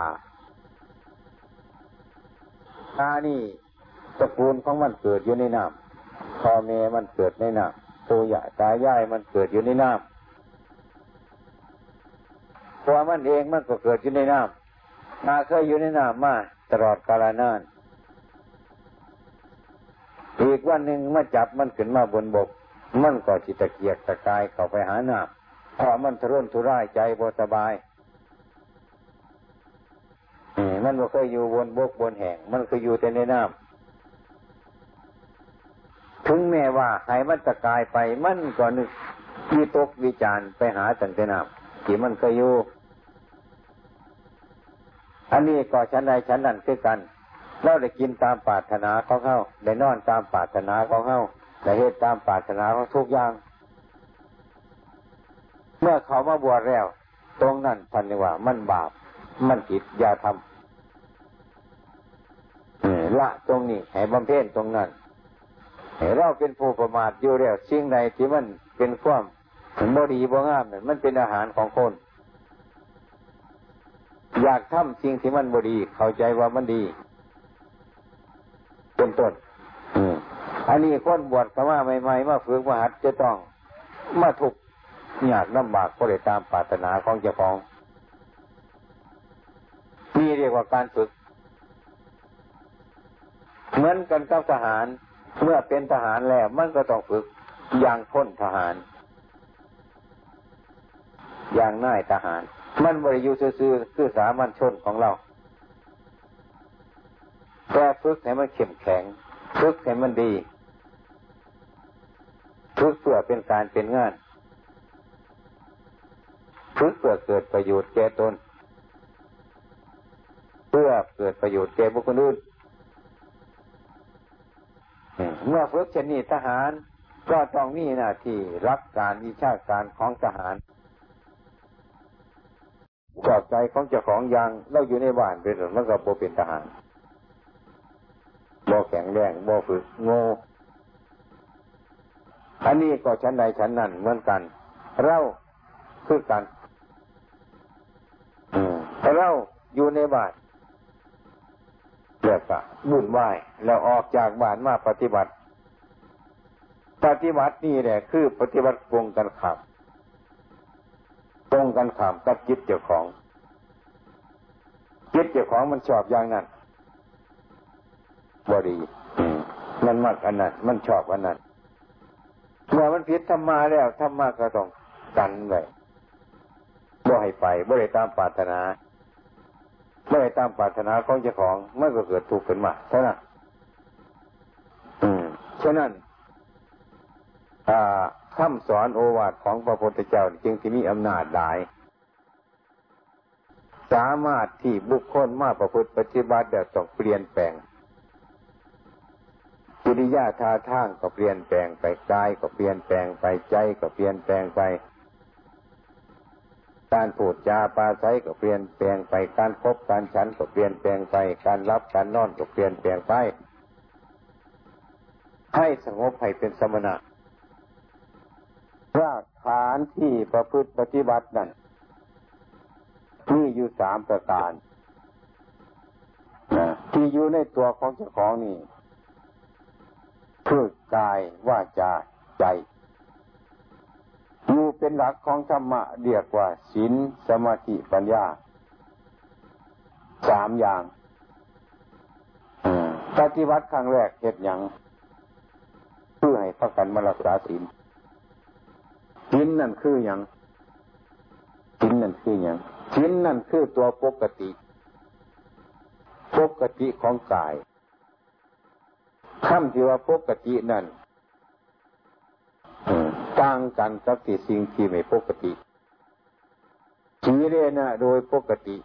ปลานี่ตระกูลของมันเกิดอยู่ในน้ำพ่อแม่มันเกิดในน้ำปู่ย่าตายายมันเกิดอยู่ในน้ำตัวมันเองมันก็เกิดอยู่ในน้ำมาเคยอยู่ในน้ำมาตลอดกาลนานอีกวันหนึ่งมาจับมันขึ้นมาบนบกมันก็จิตตะเกียกตะกายเข้าไปหาน้ำเพราะมันทะรุนทุรายใจบ่สบายมันบ่เคยอยู่บนบกบนแห่งมันเคยอยู่แต่ในน้ำถึงแม้ว่าให้มันตะกายไปมันก็นึกวิตกวิจารไปหาตั้งแต่น้ำที่มันเคยอยู่อันนี้ก็ชั้นใดชั้นนั้นคือกันเราได้กินตามปรารถนาของเขาได้นอนตามปรารถนาของเขาได้เฮ็ดตามปรารถนาของทุกอย่างเมื่อเขามาบวชแล้วตรงนั้นท่านว่ามันบาปมันผิดอย่าทำละตรงนี้ให้บำเพ็ญตรงนั้นให้เราเป็นผู้ประมาทอยู่แล้วสิ่งใดที่มันเป็นความบ่ดีบ่งามนั่นมันเป็นอาหารของคนอยากทำสิ่งที่มันบ่ดีเข้าใจว่ามันดีเป็นต้นอันนี้คนบวชเข้ามาใหม่ๆมาฝึกมาหัดจะต้องมาทุกข์ยากลำบากก็ได้ตามปรารถนาของเจ้าของนี่เรียกว่าการฝึกเหมือนกันกับทหารเมื่อเป็นทหารแล้วมันก็ต้องฝึกอย่างพ้นทหารอย่างนายทหารมันบริยุทธ์ซื่อๆคือสามัญชนของเราแต่ฝึกให้มันเข้มแข็งฝึกให้มันดีฝึกเพื่อเป็นการเป็นงานฝึกเพื่อเกิดประโยชน์แก่ตนเพื่อเกิดประโยชน์แก่บุคคลอื่นเมื่อฝึกเช่นนี้ทหารก็ต้องมีหน้าที่รักการวิชาการของทหารชอบใจของเจ้าของอย่างเราอยู่ในบ้านเป็นส่วนมันก็บ่เป็นทหารบ่แข็งแรงบ่ฝึกโง่อันนี้ก็ชั้นใดชั้นนั้นเหมือนกันเราคือกันเราอยู่ในบ้านแล้วก็บุญไหว้แล้วออกจากบ้านมาปฏิบัติปฏิบัตินี่แหละคือปฏิบัติตรงกันข้ามตรงกันข้ามกับจิตเจ้าของจิตเจ้าของมันชอบอย่างนั้นบ่ดีมันมักอันนั้นมันชอบอันนั้นเมื่อมันผิดธรรมะแล้วธรรมะก็ต้องกันไว้บ่ให้ไปบ่ได้ตามปรารถนาไม่ได้ตามปรารถนาของเจ้าของมันก็เกิดทุกข์ขึ้นมาเท่านั้นอืมฉะนั้นอ่าคำสอนโอวาทของพระพุทธเจ้าจึงที่มีอำนาจหลายสามารถที่บุคคลมาประพฤติปฏิบัติแบบต้องเปลี่ยนแปลงกิริยาท่าทางก็เปลี่ยนแปลงไปกายก็เปลี่ยนแปลงไปใจก็เปลี่ยนแปลงไปการพูดจาปราศัยก็เปลี่ยนแปลงไปการคบการฉันก็เปลี่ยนแปลงไปการรับการนอนก็เปลี่ยนแปลงไปให้สงบให้เป็นสมณะรากฐานที่ประพฤติปฏิบัตินั้นมีอยู่สามประการที่อยู่ในตัวของเจ้าของนี่คือกายวาจาใจอยู่เป็นหลักของธรรมะเรียกว่าศีลสมาธิปัญญาสามอย่างปฏิบัติครั้งแรกเฮ็ดหยังเพื่อให้พากันมารักษาศีลศีลนั่นคืออย่างศีลนั่นคืออย่างศีลนั่นคือตัวปกติปกติของกายคำที่ว่าปกตินั่นต่างกันกับที่สิ่งที่ไม่ปกติศีลเนี่ยโดยปกติ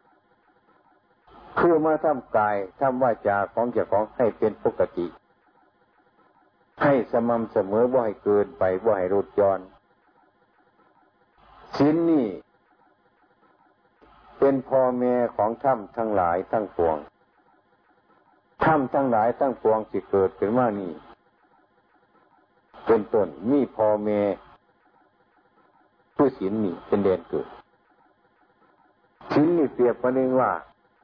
คือมาทำกายทำวาจาของเจ้าของให้เป็นปกติให้สม่ำเสมอบ่ให้เกินไปบ่ให้ลดหย่อนศีลนี่เป็นพ่อแม่ของธรรมทั้งหลายทั้งปวงธรรมทั้งหลายทั้งปวงสิเกิดขึ้นมานี่เป็นต้นมีพ่อแม่ผู้ศีลนี่เป็นแดนเกิดศีลนี่เปรียบประหนึ่งว่า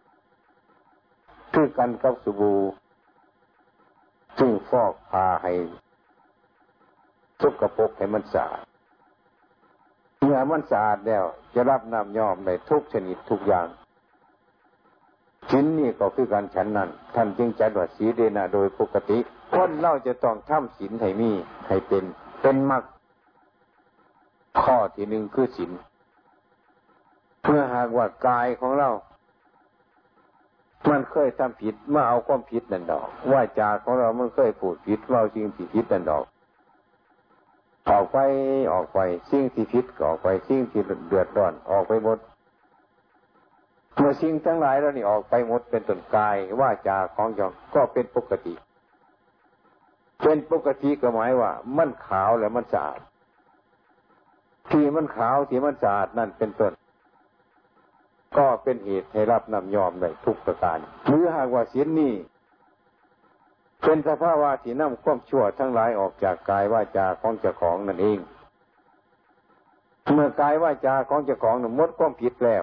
คือกันกับสบู่ซึ่งฟอกพาให้สกปรกให้มันสะอาดเมื่อมันสะอาดแล้วจะรับน้ำยอมได้ทุกชนิดทุกอย่างศีลนี่ก็คือการฉันนั้นท่านจึงจัดว่าศีลนะโดยปกติคนเราจะต้องทำศีลให้มีให้เป็นเป็นมรรคข้อที่หนึ่งคือศีลเพื่อหากว่ากายของเรามันเคยทำผิดเมื่อเอาความผิดนั่นดอกว่าจาของเรามันเคยพูดผิดเราสิ่งที่ผิดนั่นดอกออกไปออกไปสิ่งที่ผิดก็ออกไปสิ่งที่เดือดร้อนออกไปหมดเมื่อสิ่งทั้งหลายเรานี่ออกไปหมดเป็นต้นกายว่าจาของเราก็เป็นปกติเป็นปกติก็หมายว่ามันขาวและมันสะอาดที่มันขาวที่มันสะอาดนั่นเป็นต้นก็เป็นเหตุให้รับน้ำยอมได้ทุกประการหรือหากว่าศีลนี้เป็นสภาวะที่นำความชั่วทั้งหลายออกจากกายวาจาของเจ้าของนั่นเองเมื่อกายวาจาของเจ้าของหมดความผิดแล้ว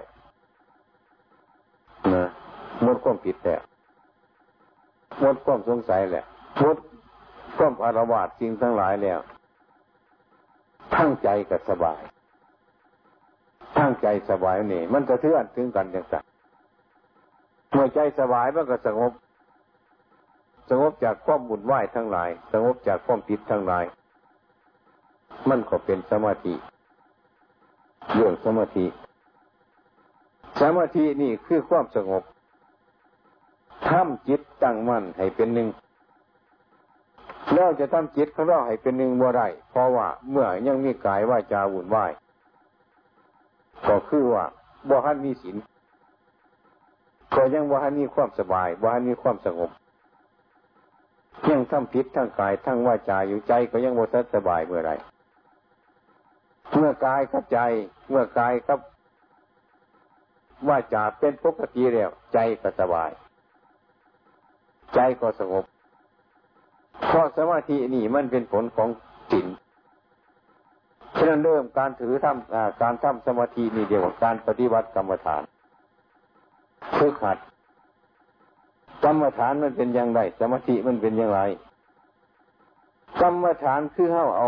นะหมดความผิดแล้วหมดความสงสัยแล้วหมดความอารวาสสิ่งทั้งหลายแล้วทั้งใจก็สบายทั้งใจสบายนี่มันจะเทื่อนถึงกันอย่างไรเมื่อใจสบายมันก็สงบสงบจากความวุ่นวายทั้งหลายสงบจากความผิดทั้งหลายมันก็เป็นสมาธิเรื่องสมาธิสมาธินี่คือความสงบทำจิตตั้งมั่นให้เป็นหนึ่งเราจะทำจิตของเราให้เป็นหนึ่งบ่ได้เพราะว่าเมื่อยังมีกายวาจาวุ่นวายก็คือว่าบ่ทันมีศีลก็ยังบ่ทันมีความสบายบ่ทันมีความสงบยังทำผิดทั้งกายทั้งวาจาอยู่ใจก็ยังบ่ทันสบายเมื่อไรเมื่อกายกับใจเมื่อกายกับวาจาเป็นปกติแล้วใจก็สบายใจก็สงบเพราะสมาธินี่มันเป็นผลของศีลฉะนั้นเริ่มการถือทำการทำสมาธินี่เดียวกับการปฏิบัติกรรมฐานฝึกหัดกรรมฐานมันเป็นอย่างไรสมาธิมันเป็นอย่างไรกรรมฐานคือเอาเอา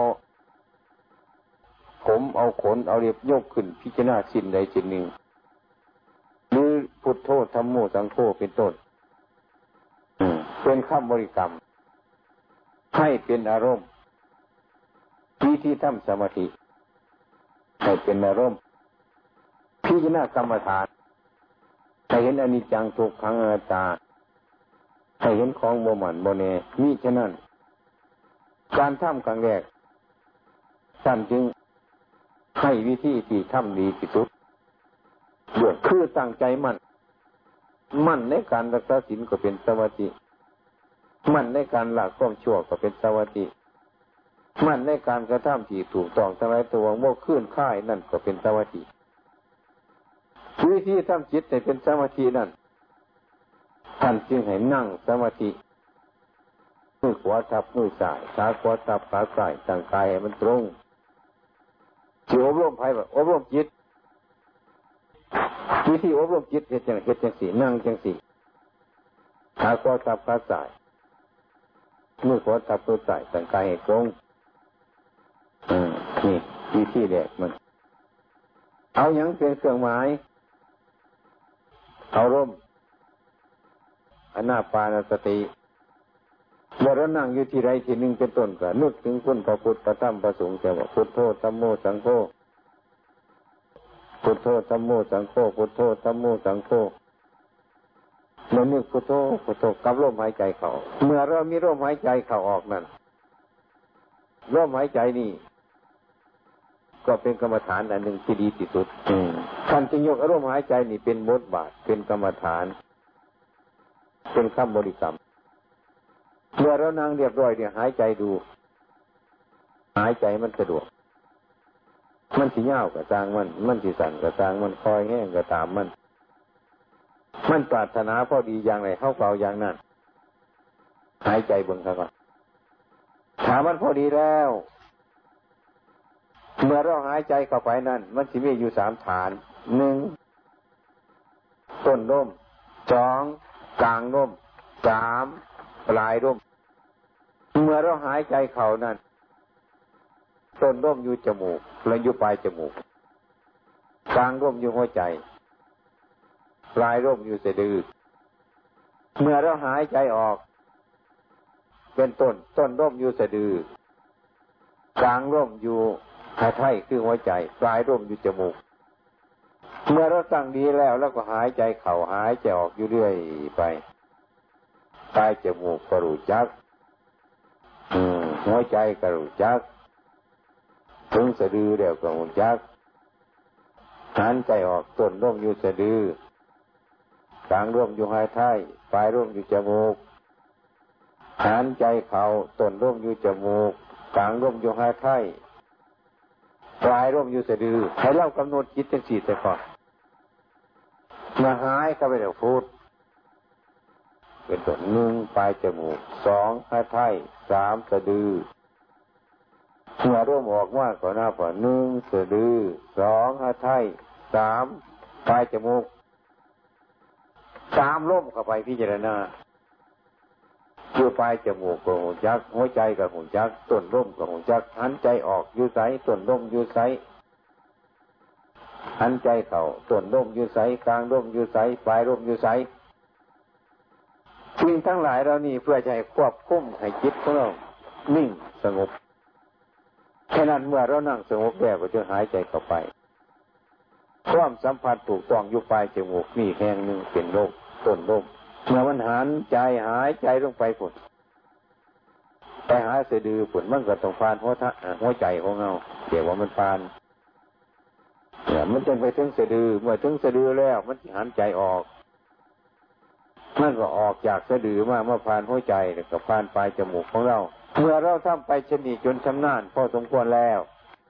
ผมเอาขนเอาเรียบยกขึ้นพิจารณาสิ่งใดสิ่งหนึ่งหรือพุทโธธัมโมสังโฆเป็นต้นเป็นคำบริกรรมให้เป็นอารมณ์ที่ที่ทำสมาธิให้เป็นอารมณ์พิจารณากรรมฐานให้เห็นอนิจจังทุกขังอนัตตาให้เห็นของบ่หมั่นบ่แน่มิฉะนั้นการทำครั้งแรกท่านจึงให้วิธีที่ทำดีที่สุดเบื้องคือตั้งใจมั่นมั่นในการรักษาศีลก็เป็นสมาธิมั่นในการละความชั่วก็เป็นสมาธิมั่นในการกระทำที่ถูกต้องทั้งหลายตัวโม่ขึ้นค่ายนั่นก็เป็นสมาธิวิธีทำจิตให้เป็นสมาธินั่นท่านจึงให้นั่งสมาธิมือขวาทับมือซ้ายขาขวาทับขาซ้ายตั้งกายให้มันตรงที่อบรมไพ่แบบอบรมจิตวิธีอบรมจิตเฮ็ดจังเฮ็ดจังสี่นั่งจังสี่ขาขวาทับขาซ้ายมือขวาทับมือซ้ายตั้งกายให้ตรงอืมนี่วิธีแรกมันเอาหยังเป็นเครื่องหมายเอาร่มอนาปานสติเมื่อเรานั่งอยู่ที่ใดที่หนึ่งเป็นต้นก็นึกถึงคุณพระพุทธพระธรรมพระสงฆ์จะว่าพุทโธธัมโมสังโฆพุทโธธัมโมสังโฆพุทโธธัมโมสังโฆเมื่อนึกพุทโธพุทโธกับลมหายใจเข้าเมื่อเรามีลมหายใจเข้าออกนั่นลมหายใจนี่ก็เป็นกรรมฐานอันหนึ่งที่ดีที่สุดท่านจึงยกอารมณ์หายใจนี่เป็นบทบาทเป็นกรรมฐานเป็นคำบริกรรมเมื่อเรานั่งเรียบร้อยเนี่ยหายใจดูหายใจมันสะดวกมันสิยาวก็ตามมันมันสิสั่นก็ตามมันคอยแห้งก็ตามมันมันปรารถนาพอดีอย่างไรเข้าเป่าอย่างนั้นหายใจเบิ่งซะก่อนถามมันพอดีแล้วเมื่อเราหายใจเข้าไปนั่นมันสิมีอยู่สามฐานหนึ่งต้นร่มสองกลางร่มสามปลายร่มเมื่อเราหายใจเข้านั่นต้นร่มอยู่จมูกและอยู่ปลายจมูกกลางร่มอยู่หัวใจปลายร่มอยู่สะดือเมื่อเราหายใจออกเป็นต้นต้นร่มอยู่สะดือกลางร่มอยู่หายใจคือหัวใจปลายร่มอยู่จมูกเมื่อเราตั้งดีแล้วแล้วก็หายใจเข้าหายใจออกอยู่เรื่อยไปปลายจมูกก็รู้จักหัวใจก็รู้จักถึงสะดือแล้วก็รู้จักหายใจออกต้นร่มอยู่สะดือกลางร่มอยู่หายใจปลายร่มอยู่จมูกหายใจเข้าต้นร่มอยู่จมูกกลางร่มอยู่หายใจปลายร่มอยู่สะดือให้เรากำหนดจิตจังสี่แต่ก่อนมาหายเข้าไปเดี๋ยวพูดเป็นต้นหนึ่งปลายจมูกสองหายใจสามสะดือเมื่อร่มออกมากกว่าหน้าผ่าหนึ่งสะดือสองหายใจสามปลายจมูกสามร่มเข้าไปพิจารณาอยู่ปลายจมูกกับหูจักหัวใจกับหูจักต้นร่มกับหูจักหันใจออกอยู่ไสต้นร่มอยู่ไสหันใจเข้าต้นร่มอยู่ไสกลางร่มอยู่ไสปลายร่มอยู่ไสสิ่งทั้งหลายเรานี่เพื่อจะให้ควบคุมให้จิตของเรานิ่งสงบแค่นั้นเมื่อเรานั่งสงบแล้วก็จะหายใจเข้าไปความสัมผัสถูกต้องอยู่ปลายจมูกนี่แห่งหนึ่งเป็นร่มต้นร่มเมื่อมันหันใจหายใจลงไปผุดไปหาสะดือผุดมันก็ต้องฟานหัวทะหัวใจของเราเดี๋ยวว่ามันฟานเนี่ยมันจึงไปถึงสะดือเมื่อถึงสะดือแล้วมันหันใจออกมันก็ออกจากสะดือมาเมื่อฟานหัวใจแล้วก็ฟานปลายจมูกของเราเมื่อเราทำไปชนิดจนชำนาญพอสมควรแล้ว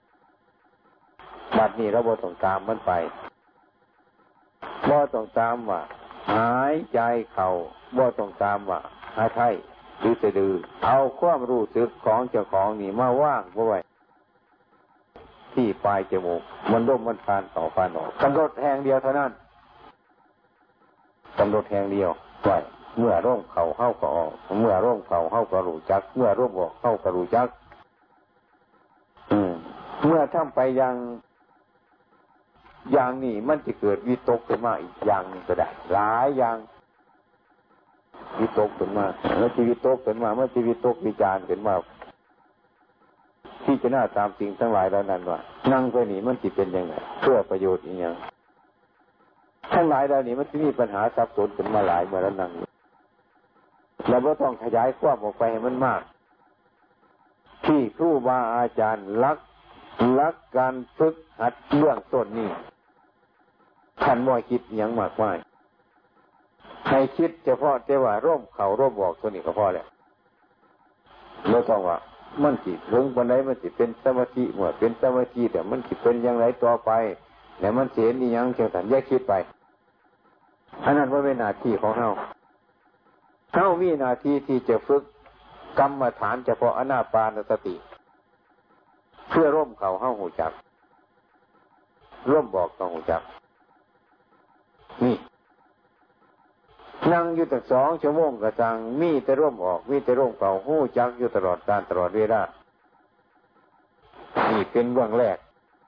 บัดนี้เราบ่ต้องตามมันไปบ่ต้องตามว่าหายใจเข้าบ่ต้องตามว่าหายใจหรือสะดือเอาความรู้สึกของเจ้าของนี่มาว่างไว้ที่ปลายจมูกมันร่มมันผ่านต่อผ่านออกกำหนดแห่งเดียวเท่านั้นกำหนดแห่งเดียวไว้เมื่อร่มเข้าเข้าก็ออกเมื่อร่มเข้าเข้าก็รู้จักเมื่อร่มออกเข้าก็รู้จักอืมเมื่อทำไปอย่างอย่างนี้มันจะเกิดวิตกขึ้นมาอีกอย่างนึงก็ได้หลายอย่างวิตกขึ้นมาเมื่อชีวิตตกขึ้นมาเมื่อชีวิตตกวิจารณ์ขึ้นมาที่จะน่าตามสิ่งทั้งหลายแล้วนั้นว่านั่งไปนี่มันจะเป็นยังไงเพื่อประโยชน์อีกอย่างทั้งหลายแล้วนี่มันจะมีปัญหาซับซ้อนขึ้นมาหลายเมื่อแล้วนั่งเราก็ต้องขยายความออกไปให้มันมากที่ครูบาอาจารย์รักรักการฝึกหัดเรื่องต้นนี้ท่านบ่คิดอย่างมากมายให้คิดเฉพาะแต่ว่าร่มเข่าร่มบอกตัวนี้ก็พอแล้วเราต้องว่ามันจิตถึงวันไหนมันจิเป็นสมาธิเมื่อเป็นสมาธิแต่มันจิเป็นอย่างไรต่อไปแต่มันเสียนี่ยังเชียวสันแยกคิดไปอันนั้นว่าเป็นหน้าที่ของเราเขามีหน้าที่ที่จะฝึกกรรมฐานเฉพาะอานาปานสติเพื่อร่มเข่าเข้าหูจักร่มบอกต้องหูจักนี่นั่งอยู่ตั้งสองชั่วโมงกระจังมีแต่ร่มออกมีแต่ร่มเข่าหูจักอยู่ตลอดการตลอดเวลานี่เป็นเบื้องแรก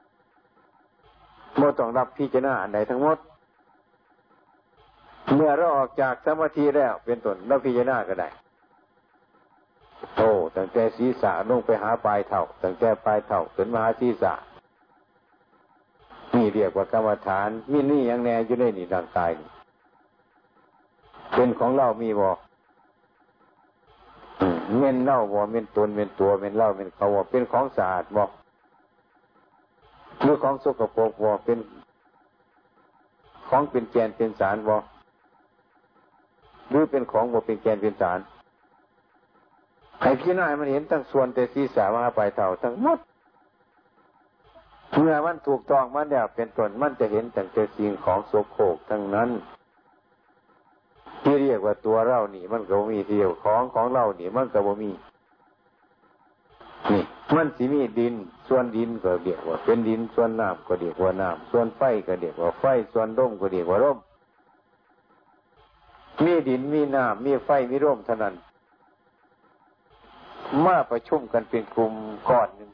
เมื่อต้องรับพิจารณาอันใดทั้งหมดเมื่อเราออกจากสมาธิแล้วเป็นต้นเราพิจารณาก็ได้ตั้งแต่ศีรษะลงไปหาปลายเท่าตั้งแต่ปลายเท่าถึงมาหาศีรษะนี่เรียกว่ากรรมฐานมีนี่ยังแน่อยู่ในนี่ร่างกายเป็นของเรามีบ่เม่นเล่าบ่เม่นตนเม่นตัวเม่นเล่าเม่นเขาบ่เป็นของสะอาดบ่หรือของสกปรกบ่เป็นของเป็นแกนเป็นสารบ่หรือเป็นของบ่เป็นแกนเป็นสารให้พี่น้อยมันเห็นทั้งส่วนแต่ศีรษะมาปลายเท่าทั้งหมดเมื่อมันถูกต้องมันเนี่ยเป็นต้นมันจะเห็นแต่แต่สิ่งของโสโครกทั้งนั้นที่เรียกว่าตัวเรานี่มันก็บ่มีเดียวของของเรานี่มันก็บ่มีนี่มันสิมีดินส่วนดินก็เรียกว่าเป็นดินส่วนน้ำก็เรียกว่าน้ำส่วนไฟก็เรียกว่าไฟส่วนลมก็เรียกว่าลมมีดินมีน้ำมีไฟมีลมเท่านั้นมาประชุมกันเป็นกลุ่มก้อนหนึ่ง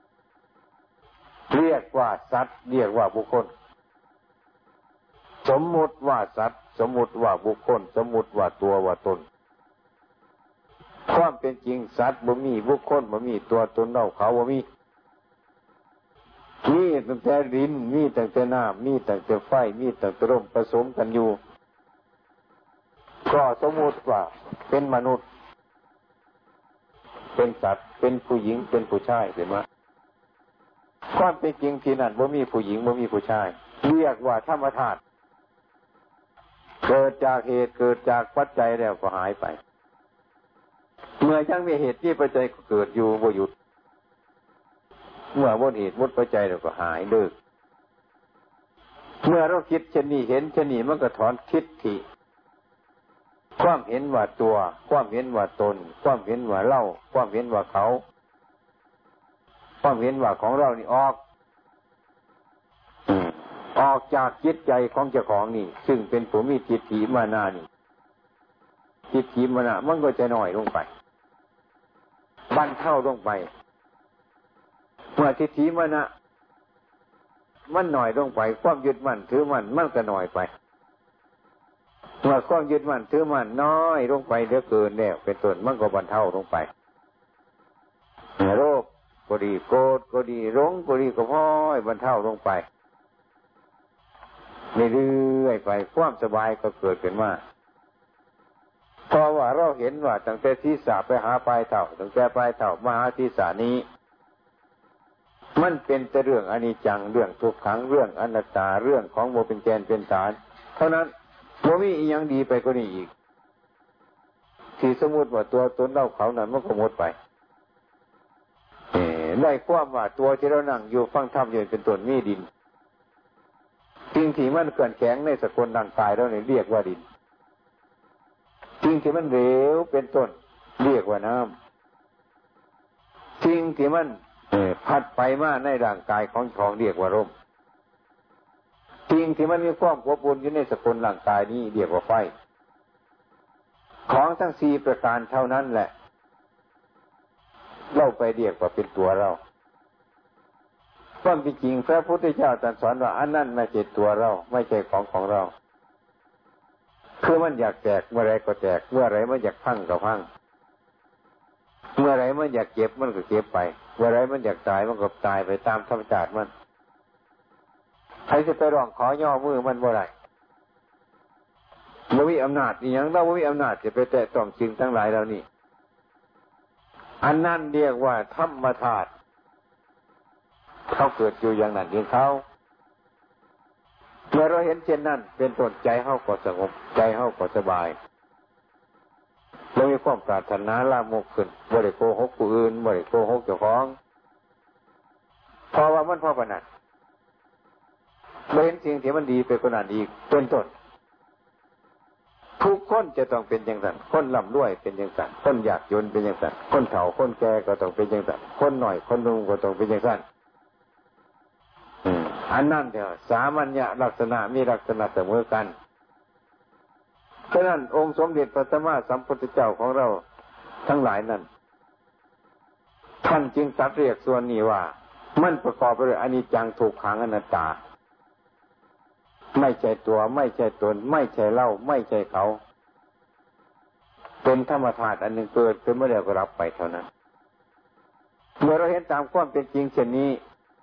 เรียกว่าสัตว์เรียกว่าบุคคลสมมุติว่าสัตว์สมมุติว่าบุคคลสมมุติว่าตัวว่าตนความเป็นจริงสัตว์บ่มีบุคคลบ่มีตัวตนเราเขาบ่มีมีตั้งแต่ดินมีตั้งแต่น้ำมีตั้งแต่ไฟมีตั้งแต่ลมผสมกันอยู่ก็สมมุติว่าเป็นมนุษย์เป็นสัตว์เป็นผู้หญิงเป็นผู้ชายเห็นไหมความเป็นจริงที่นั่นบ่มีผู้หญิงบ่มีผู้ชายเรียกว่าธรรมธาตุเกิดจากเหตุเกิดจากปัจจัยแล้วก็หายไปเมื่อยังมีเหตุที่ปัจจัยก็เกิดอยู่บ่หยุดเมื่อหมดเหตุหมดปัจจัยแล้วก็หายเลิกเมื่อเราคิดเช่นนี้เห็นเช่นนี้มันก็ถอนทิฏฐิความเห็นว่าตัวความเห็นว่าตนความเห็นว่าเราความเห็นว่าเขาความเห็นว่าของเรานี่ออกออกจากจิตใจของเจ้าของนี่ซึ่งเป็นผู้มีทิฏฐิมานานี่ทิฏฐิมานะมันก็จะน้อยลงไปบรรเทาลงไปเมื่อทิฏฐิมานะมันน้อยลงไปความยึดมั่นถือมั่นมันก็น้อยไปเมื่อความยึดมั่นถือมั่นน้อยลงไปเหลือเกินแล้วเป็นต้นมันก็บรรเทาลงไปโรคก็ดีโกรธก็ดีหลงก็ดีก็พ้อยบรรเทาลงไปเรื่อยๆไปความสบายก็เกิดขึ้นมาเพราะว่าเราเห็นว่าตั้งแต่ศีรษะไปหาปลายเท่าตั้งแต่ปลายเท่ามาหาศีรษะนี้มันเป็นแต่เรื่องอนิจจังเรื่องทุกขังเรื่องอนัตตาเรื่องของโมเป็นแกนเป็นฐานเท่านั้นโมมีอีกอย่างดีไปกว่านี้อีกที่สมมุติว่าตัวตนเราเขานั้นมันก็หมดไปได้ความว่าตัวที่เรานั่งอยู่ฟังธรรมอยู่เป็นต้นมีดินสิ่งที่มันเกินแข็งในสกุลร่างกายเราเนี่ยเรียกว่าดินสิ่งที่มันเหลวเป็นต้นเรียกว่าน้ำสิ่งที่มันพัดไปมาในร่างกายของของเรียกว่าลมสิ่งที่มันมีความอบอุ่นอยู่ในสกุลร่างกายนี้เรียกว่าไฟของทั้งสี่ประการเท่านั้นแหละเราไปเรียกว่าเป็นตัวเราความจริงพระพุทธเจ้าตรัสสอนว่าอันนั้นไม่ใช่ตัวเราไม่ใช่ของของเราคือมันอยากแตกเมื่อไรก็แตกเมื่อไรมันอยากพังก็พังเมื่อไรมันอยากเก็บมันก็เก็บไปเมื่อไรมันอยากตายมันก็ตายไปตามธรรมชาติมันใครจะไปร้องขอย่อมือมันบ่ได้บ่มีอำนาจนี่ยังเราบ่มีอำนาจจะไปแตะต้องสิ่งทั้งหลายเหล่านี้อันนั้นเรียกว่าธรรมธาตุเขาเกิดอยู่อย่างนั้นเองเขาเมื่อเราเห็นเช่นนั้นเป็นต้นใจเฮาก็สงบใจเฮาก็สบายเรามีความปรารถนาละโมกขึ้นบ่ได้โกหกผู้อื่นบ่ได้โกหกเจ้าของเพราะว่ามันพอปานนั้นเราเห็นสิ่งที่มันดีไปกว่านั้นอีกเป็นต้นทุกคนจะต้องเป็นอย่างนั้นคนร่ำรวยเป็นอย่างนั้นคนยากจนเป็นอย่างนั้นคนเฒ่าคนแก่ก็ต้องเป็นอย่างนั้นคนหน่อยคนนุ่งก็ต้องเป็นอย่างนั้นอันนั้นเถอะสามัญญลักษณะมีลักษณะเสมอกันฉะนั้นองค์สมเด็จพระสัมมาสัมพุทธเจ้าของเราทั้งหลายนั้นท่านจึงตรัสเรียกส่วนนี้ว่ามันประกอบไปด้วยอนิจจังทุกขังอนัตตาไม่ใช่ตัวไม่ใช่ตนไม่ใช่เราไม่ใช่เขาเป็นธรรมธาตุอันหนึ่งเกิดขึ้นเมื่อเดียวก็รับไปเท่านั้นเมื่อเราเห็นตามความเป็นจริงเช่นนี้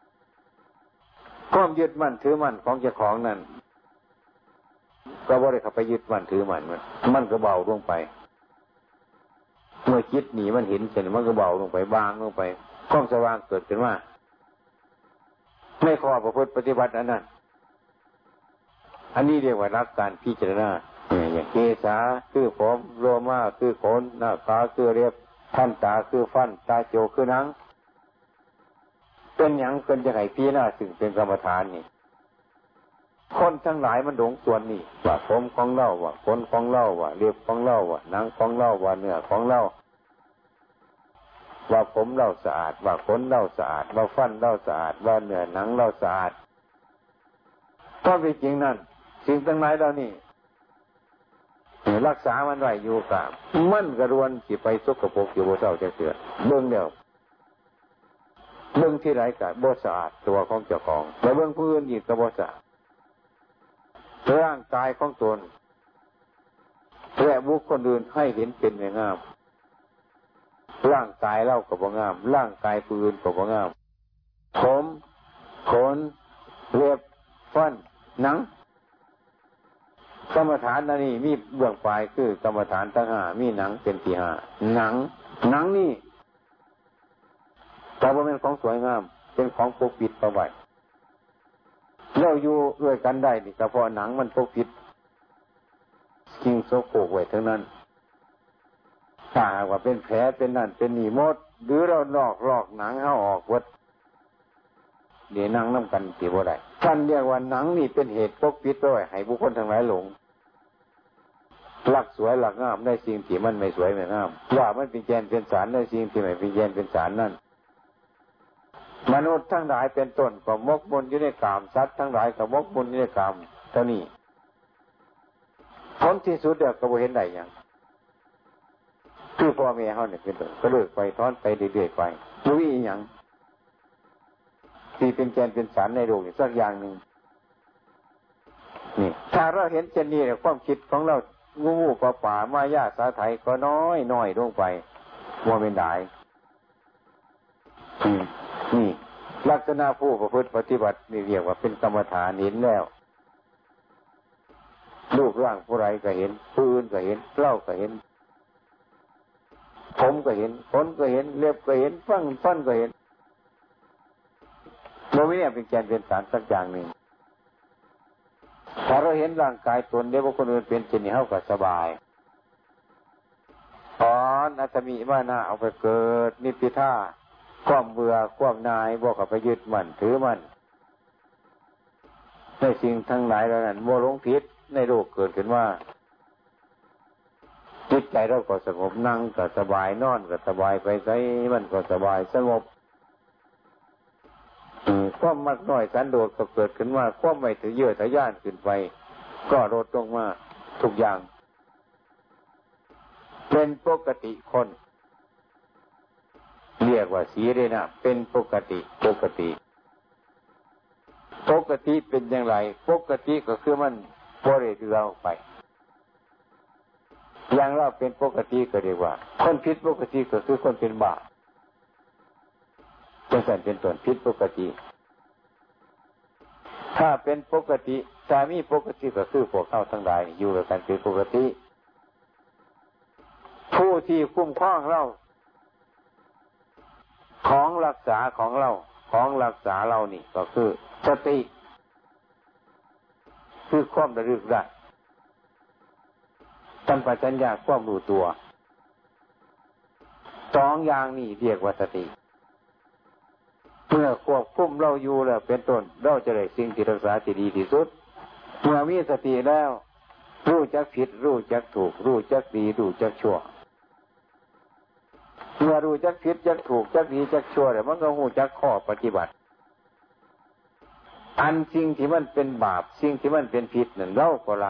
ความยึดมั่นถือมั่นของเจ้าของนั้นก็บ่ได้เข้าไปยึดมั่นถือมั่นมันมันก็เบาลงไปเมื่อคิดหนีมันเห็นเช่นมันก็เบาลงไปบางลงไปความสว่างเกิดขึ้นว่าไม่ข้อประพฤติปฏิบัติอันนั้นอันนี้เรียกว่ารักการพิจารณาอย่างเกษาคือผมโลมาคือขนหน้าขาคือเรียบท่านตาคือฟันตาโจคือหนังเป็นอย่างเป็นจะไงพี่หน้าซึ่งเป็นกรรมฐานนี่คนทั้งหลายมันหลงส่วนนี่ว่าผมของเล่าว่าขนของเล่าว่าเรียบของเล่าว่าหนังของเล่าว่าเนื้อของเล่าว่าผมเล่าสะอาดว่าขนเล่าสะอาดว่าฟันเล่าสะอาดว่าเนื้อหนังเล่าสะอาดก็เป็นจริงนั่นสิ่งทั้งหลายเหล่านี้รักษามันไว้อยู่กับมันกระรวนสิไปสกปรกอยู่บ่เศร้าจะเสือเบิ่งเดียวเบิ่งที่ไรกับบ่สะอาดตัวของเจ้าของแล้วเบิ่งผู้อื่นอีกกับบ่สะอาดร่างกายของตนและบุคคลอื่นให้เห็นเป็นไม่งามร่างกายเล่ากับบ่งามร่างกายผู้อื่นกับบ่งามผมขนเล็บฟันหนังกรรมฐานนั่นนี่มีเบื้องปลายคือกรรมฐานทั้งห้ามีหนังเป็นที่ห้าหนังหนังนี่แต่ว่าเป็นของสวยงามเป็นของปกปิดเอาไว้เราอยู่ด้วยกันได้นี่ก็เพราะหนังมันปกปิดสิ่งโสโครกไว้ทั้งนั้นถ้าว่าเป็นแผลเป็นนั่นเป็นนี่มดหรือเราลอกลอกหนังเอาออกวัดเดี๋ยวนั่งน้ำกันตีบ่ได้ท่านเรียกว่าหนังนี่เป็นเหตุปกปิดไว้ให้บุคคลทั้งหลายหลงหลักสวยหลักงามในสิ่งที่มันไม่สวยไม่งามว่ามันเป็นแกนเป็นสารในสิ่งที่ไม่เป็นแกนเป็นสารนั่นมนุษย์ทั้งหลายเป็นต้นก็มกมุ่นอยู่ในกามสัตว์ทั้งหลายก็มกมุ่นอยู่ในกามเท่านี้ผลที่สุดเดี๋ยวก็บ่เห็นได้ยังคือพ่อแม่เขาเนี่ยเป็นต้นก็เลิกไปทอนไปเรื่อยๆไปไม่มีอย่างที่เป็นแกนเป็นสารในโลกนี่สักอย่างหนึ่งนี่ถ้าเราเห็นเช่นนี้เนี่ยความคิดของเรางูงูป่าป่ามายาสาไถก็น้อยน้อยลงไปว่าเป็นได้นี่ลักษณะผู้ประพฤติปฏิบัตินี่เรียกว่าเป็นกรรมฐานเห็นแล้วรูปร่างผู้ไรก็เห็นผู้อื่นก็เห็นเล่าก็เห็นผมก็เห็นขนก็เห็นเล็บก็เห็นฟันฟันก็เห็นเราไม่เนี่ยเป็นแกนเป็นสารสักอย่างหนึ่งถ้าเราเห็นร่างกายตนเดี๋ยวคนอื่นเป็นเช่นนี้เขาก็สบายตอนอัตมิมานะเอาไปเกิดนิพพิทาความเบื่อความนายบอกกับไปยึดมั่นถือมั่นในสิ่งทั้งหลายเหล่านั้นโมหลงผิดในโลกเกิดขึ้นว่าจิตใจเราก็สงบนั่งก็สบายนอนก็สบายไปใช้มันก็สบายสงบความมักน้อยสันโดษก็เกิดขึ้นว่าความไม่ถือเยื่อทะยานขึ้นไปก็ลดลงมาทุกอย่างเป็นปกติคนเรียกว่าสีเลยนะเป็นปกติปกติปกติเป็นอย่างไรปกติก็คือมันบริสุทธิ์เราไปอย่างเราเป็นปกติก็เรียกว่าคนผิดปกติก็คือคนเป็นบาปเป็นสันเป็นต้นผิดปกติถ้าเป็นปกติสามีปกติก็คือพวกเขาทั้งหลายอยู่ด้วยกันเป็นปกติผู้ที่คุ้มครองเราของรักษาของเราของรักษาเรานี่ก็คือสติคือความระลึกได้สัมปชัญญะความรู้ตัวสองอย่างนี้เรียกว่าสติเมื่อควบคุมเราอยู่แล้วเป็นต้นเราจะได้สิ่งที่รักษาที่ดีที่สุดเมื่อมีสติแล้วรู้จักผิดรู้จักถูกรู้จักดีรู้จักชั่วเมื่อรู้จักผิดจักถูกจักดีจักชั่วแล้วมันก็รู้จักข้อปฏิบัติอันสิ่งที่มันเป็นบาปสิ่งที่มันเป็นผิดนั่นเราก็ละ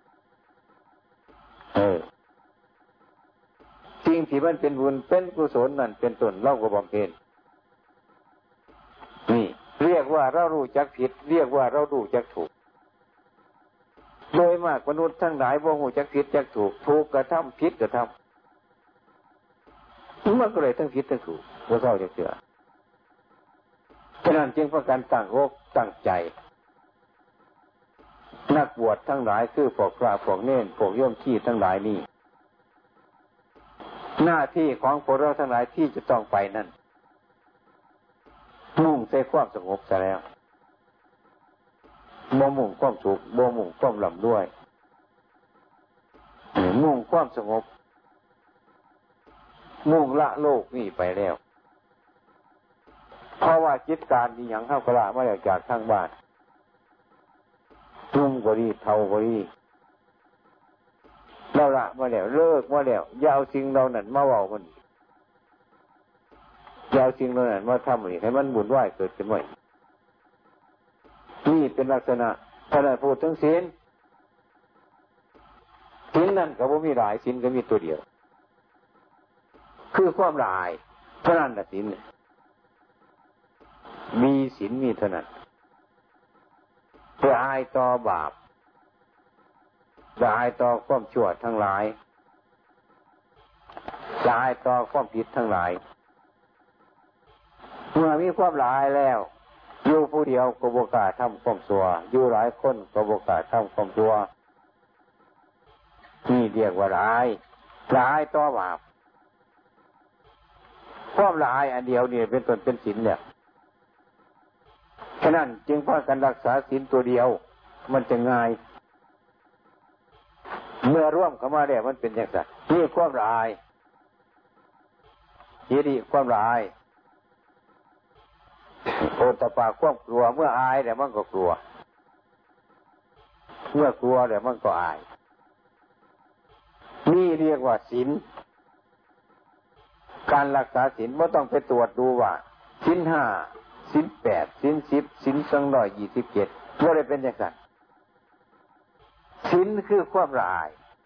เออสิ่งที่มันเป็นบุญเป็นกุศลนั่นเป็นต้นเราก็บำเพ็ญนี่เรียกว่าเรารู้จักผิดเรียกว่าเรารู้จักถูกโดยมากมนุษย์ทั้งหลายบ่รู้จักผิดจักถูกถูกกระทำผิดกระทำมันก็เลยทั้งผิดทั้งถูกบ่เศร้าจักเทื่อฉะนั้นจึงประกันตั้งอกตั้งใจนักบวชทั้งหลายคือพวกพระพวกเน้นพวกโยมขี้ทั้งหลายนี่หน้าที่ของพวกเราทั้งหลายที่จะต้องไปนั่นมุ่งใส่ความสงบซะแล้วบ่มุ่งความสุขบ่มุ่งความร่ำรวยมุ่งความสงบมุ่งละโลกนี่ไปแล้วเพราะว่าจิตการมีหยังเข้ากระละมาจากทางบ้านนุ่มก็ดีเท่าก็ดีเราละมาแล้วเลิกมาแล้วอย่าเอาสิ่งเรานั้นมาเว้ามันอย่าเอาสิ่งเรานั้นมาทำนี่ให้มันบุญไหวเกิดขึ้นใหม่นี่เป็นลักษณะถ้าเราพูดถึงศีลศีลนั่นก็บ่มีหลายศีลก็มีตัวเดียวคือความละอายเท่านั้นน่ะศีลมีศีลมีเท่านั้นละอายต่อบาปละอายต่อความชั่วทั้งหลายละอายต่อความผิดทั้งหลายเมื่อมีความละอายแล้วอยู่ผู้เดียวก็บ่กล้าทำความชั่วอยู่หลายคนก็บ่กล้าทำความชั่วนี่เรียกว่าละอายละอายต่อบาปความละอายอันเดียวนี่เป็นตนเป็นศีลเนี่ยฉะนั้นจึงพากันรักษาศีลตัวเดียวมันจะง่ายเมื่อร่วมเข้ามาแล้วมันเป็นอย่างไรนี่ความละอายฮิริความละอายโอตตปะความกลัวเมื่ออายแล้วมันก็กลัวเมื่อกลัวแล้วมันก็อายนี่เรียกว่าศีลการรักษาศีลไม่ต้องไปตรวจดูว่าศีลห้าศีลแปดศีลสิบศีลสองร้อยยี่สิบเจ็ดว่าได้เป็นอย่างไรศีลคือความละอาย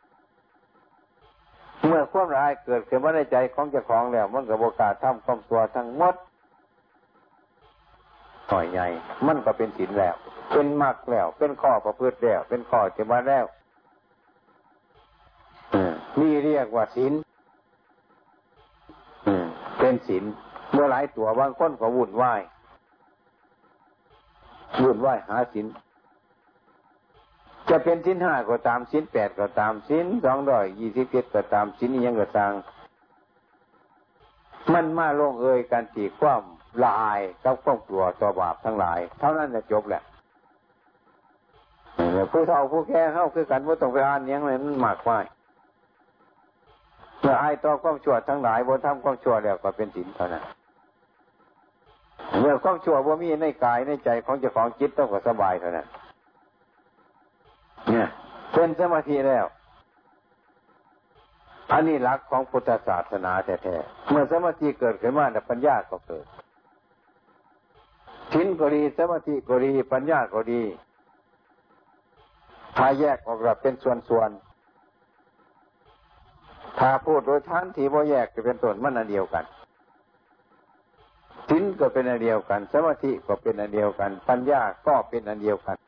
เมื่อความละอายเกิดขึ้นมาในใจของเจ้าของแล้วมันก็บ่กล้าทำความชั่วทั้งหมดหน่อยใหญ่มันก็เป็นศีลแล้วเป็นมรรคแล้วเป็นข้อประพฤติแล้วเป็นข้อปฏิบัติแล้วนี่เรียกว่าศีลเป็นศีลเมื่อหลายตัวบางคนก็วุ่นวายวุ่นวายหาศีลจะเป็นศีลห้าก็ตามศีลแปดก็ตามศีลสองร้อยยี่สิบเจ็ดก็ตามศีลยังก็ตามมันมาลงเอยกันที่ความละอายกับความกลัวต่อบาปทั้งหลายเท่านั้นจะจบแหละผู้เฒ่าผู้แก่เข้าคือกันว่าต้องไปอ่านยังไงมันมากมายเมื่ออายต่อความชั่วทั้งหลายบ่ทำความชั่วแล้วก็เป็นศีลเท่านั้นเมื่อความชั่วบ่มีในกายในใจของเจ้าของจิตต้องก็สบายเท่านั้นเนี่ยเป็นสมาธิแล้วอันนี้หลักของพุทธศาสนาแท้ๆเมื่อสมาธิเกิดขึ้นมาปัญญาก็เกิดศีลก็ดีสมาธิก็ดีปัญญาก็ดีถ้าแยกออกมาเป็นส่วนๆถ้าพูดโดยฐานที่บ่แยกจะเป็นต้นมันอันเดียวกันศีลก็เป็นอันเดียวกันสมาธิก็เป็นอันเดียวกันปัญญาก็เป็นอันเดียวกัน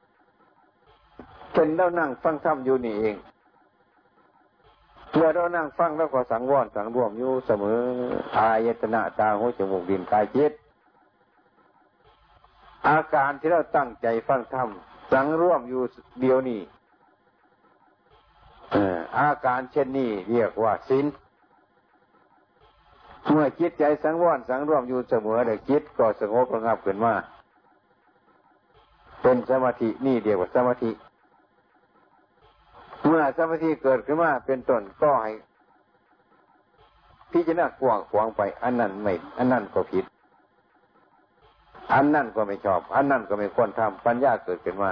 เป็นเรานั่งฟังธรรมอยู่นี่เองเมื่อเรานั่งฟังแล้วก็สังวรสังรวมอยู่เสมออายตนะตาหูจมูกลิ้นกายจิตอาการที่เราตั้งใจฟังธรรมสังรวมอยู่เดียวนี้อาการเช่นนี้เรียกว่าศีลเมื่อจิตใจสังวรสังรวมอยู่เสมอเดี๋ยวจิตก็สงบระงับขึ้นมาเป็นสมาธินี่เรียกว่าสมาธิเมื่อสมาธิเกิดขึ้นมาเป็นต้นก็ให้พิจารณากว้างขวางไปอันนั้นไม่อันนั้นก็ผิดอันนั้นก็ไม่ชอบอันนั้นก็ไม่ควรทำปัญญาเกิดขึ้นมา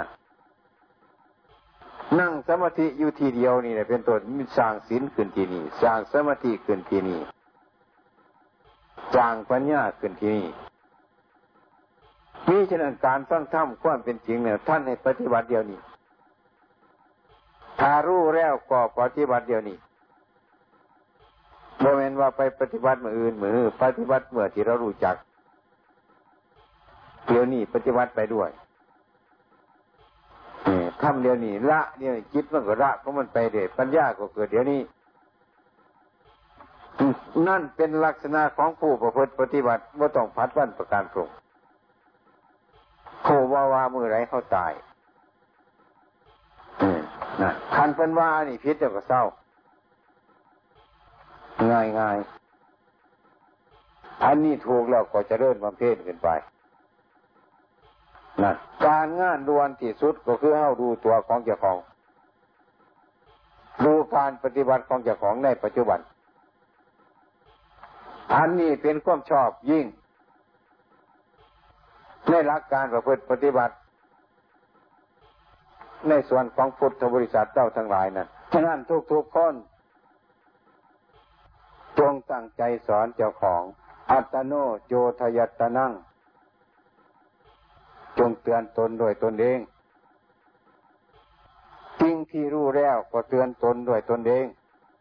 นั่งสมาธิอยู่ทีเดียวนี่แหละเป็นต้นมีสร้างศีลขึ้นที่นี่สร้างสมาธิขึ้นที่นี่สร้างปัญญาขึ้นที่นี่มีฉะนั้นการฟังธรรมความเป็นจริงเนี่ยท่านให้ปฏิบัติเดียวนี้ถ้ารู้แล้วก็ปฏิบัติเดียวนี้บ่แม่นว่าไปปฏิบัติมื้ออื่นมื้อปฏิบัติเมื่อที่เรารู้จักเดี๋ยวนี้ปฏิบัติไปด้วยทำเดี๋ยวนี้ละเดี๋ยวนี้จิตมันก็ละเพราะมันไปเรื่อยปัญญาก็เกิดเดี๋ยวนี้นั่นเป็นลักษณะของผู้ประพฤติปฏิบัติบ่ต้องผัดวันประการพรุ่งว่าว่ามือไรเขาตายนะคันเป็นว่านี่พิษเดี๋ยวก็เศร้าง่ายง่ายอันนี้ถูกแล้วก็จะเริ่มบำเพ็ญขึ้นไปนะการงานด่วนที่สุดก็คือเฮาดูตัวของเจ้าของดูการปฏิบัติของเจ้าของในปัจจุบันอันนี้เป็นความชอบยิ่งในหลักการประพฤติปฏิบัติในส่วนของพุทธบริษัทเจ้าทั้งหลายนั้นฉะนั้นทุกๆคนจงตั้งใจสอนเจ้าของอัตโนโยทยัตตนังจงเตือนตนโดยตนเองสิ่งที่รู้แล้วก็เตือนตนโดยตนเอง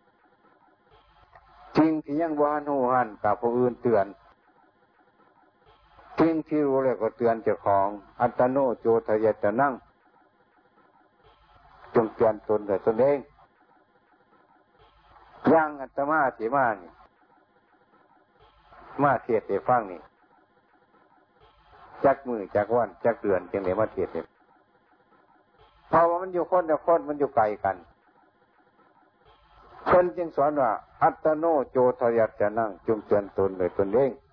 สิ่งที่ยังบ่ทันรู้หันกับผู้อื่นเตือนสิ่งที่รู้แล้วก็เตือนเจ้าของอัตโนโยทยัตตนังจงเตือนตนโดยตนเองอย่างอาตมาสิมานี่มาเทศน์ให้ฟังนี่จักมือจักวันจักเดือนจังได๋มาเทศน์เนี่ยเพราะว่ามันอยู่คนละคนมันอยู่ไกลกันเพิ่นจึงสอนว่าอัตโนโยทยัตตนังจงเตือนตนโดยตนเอง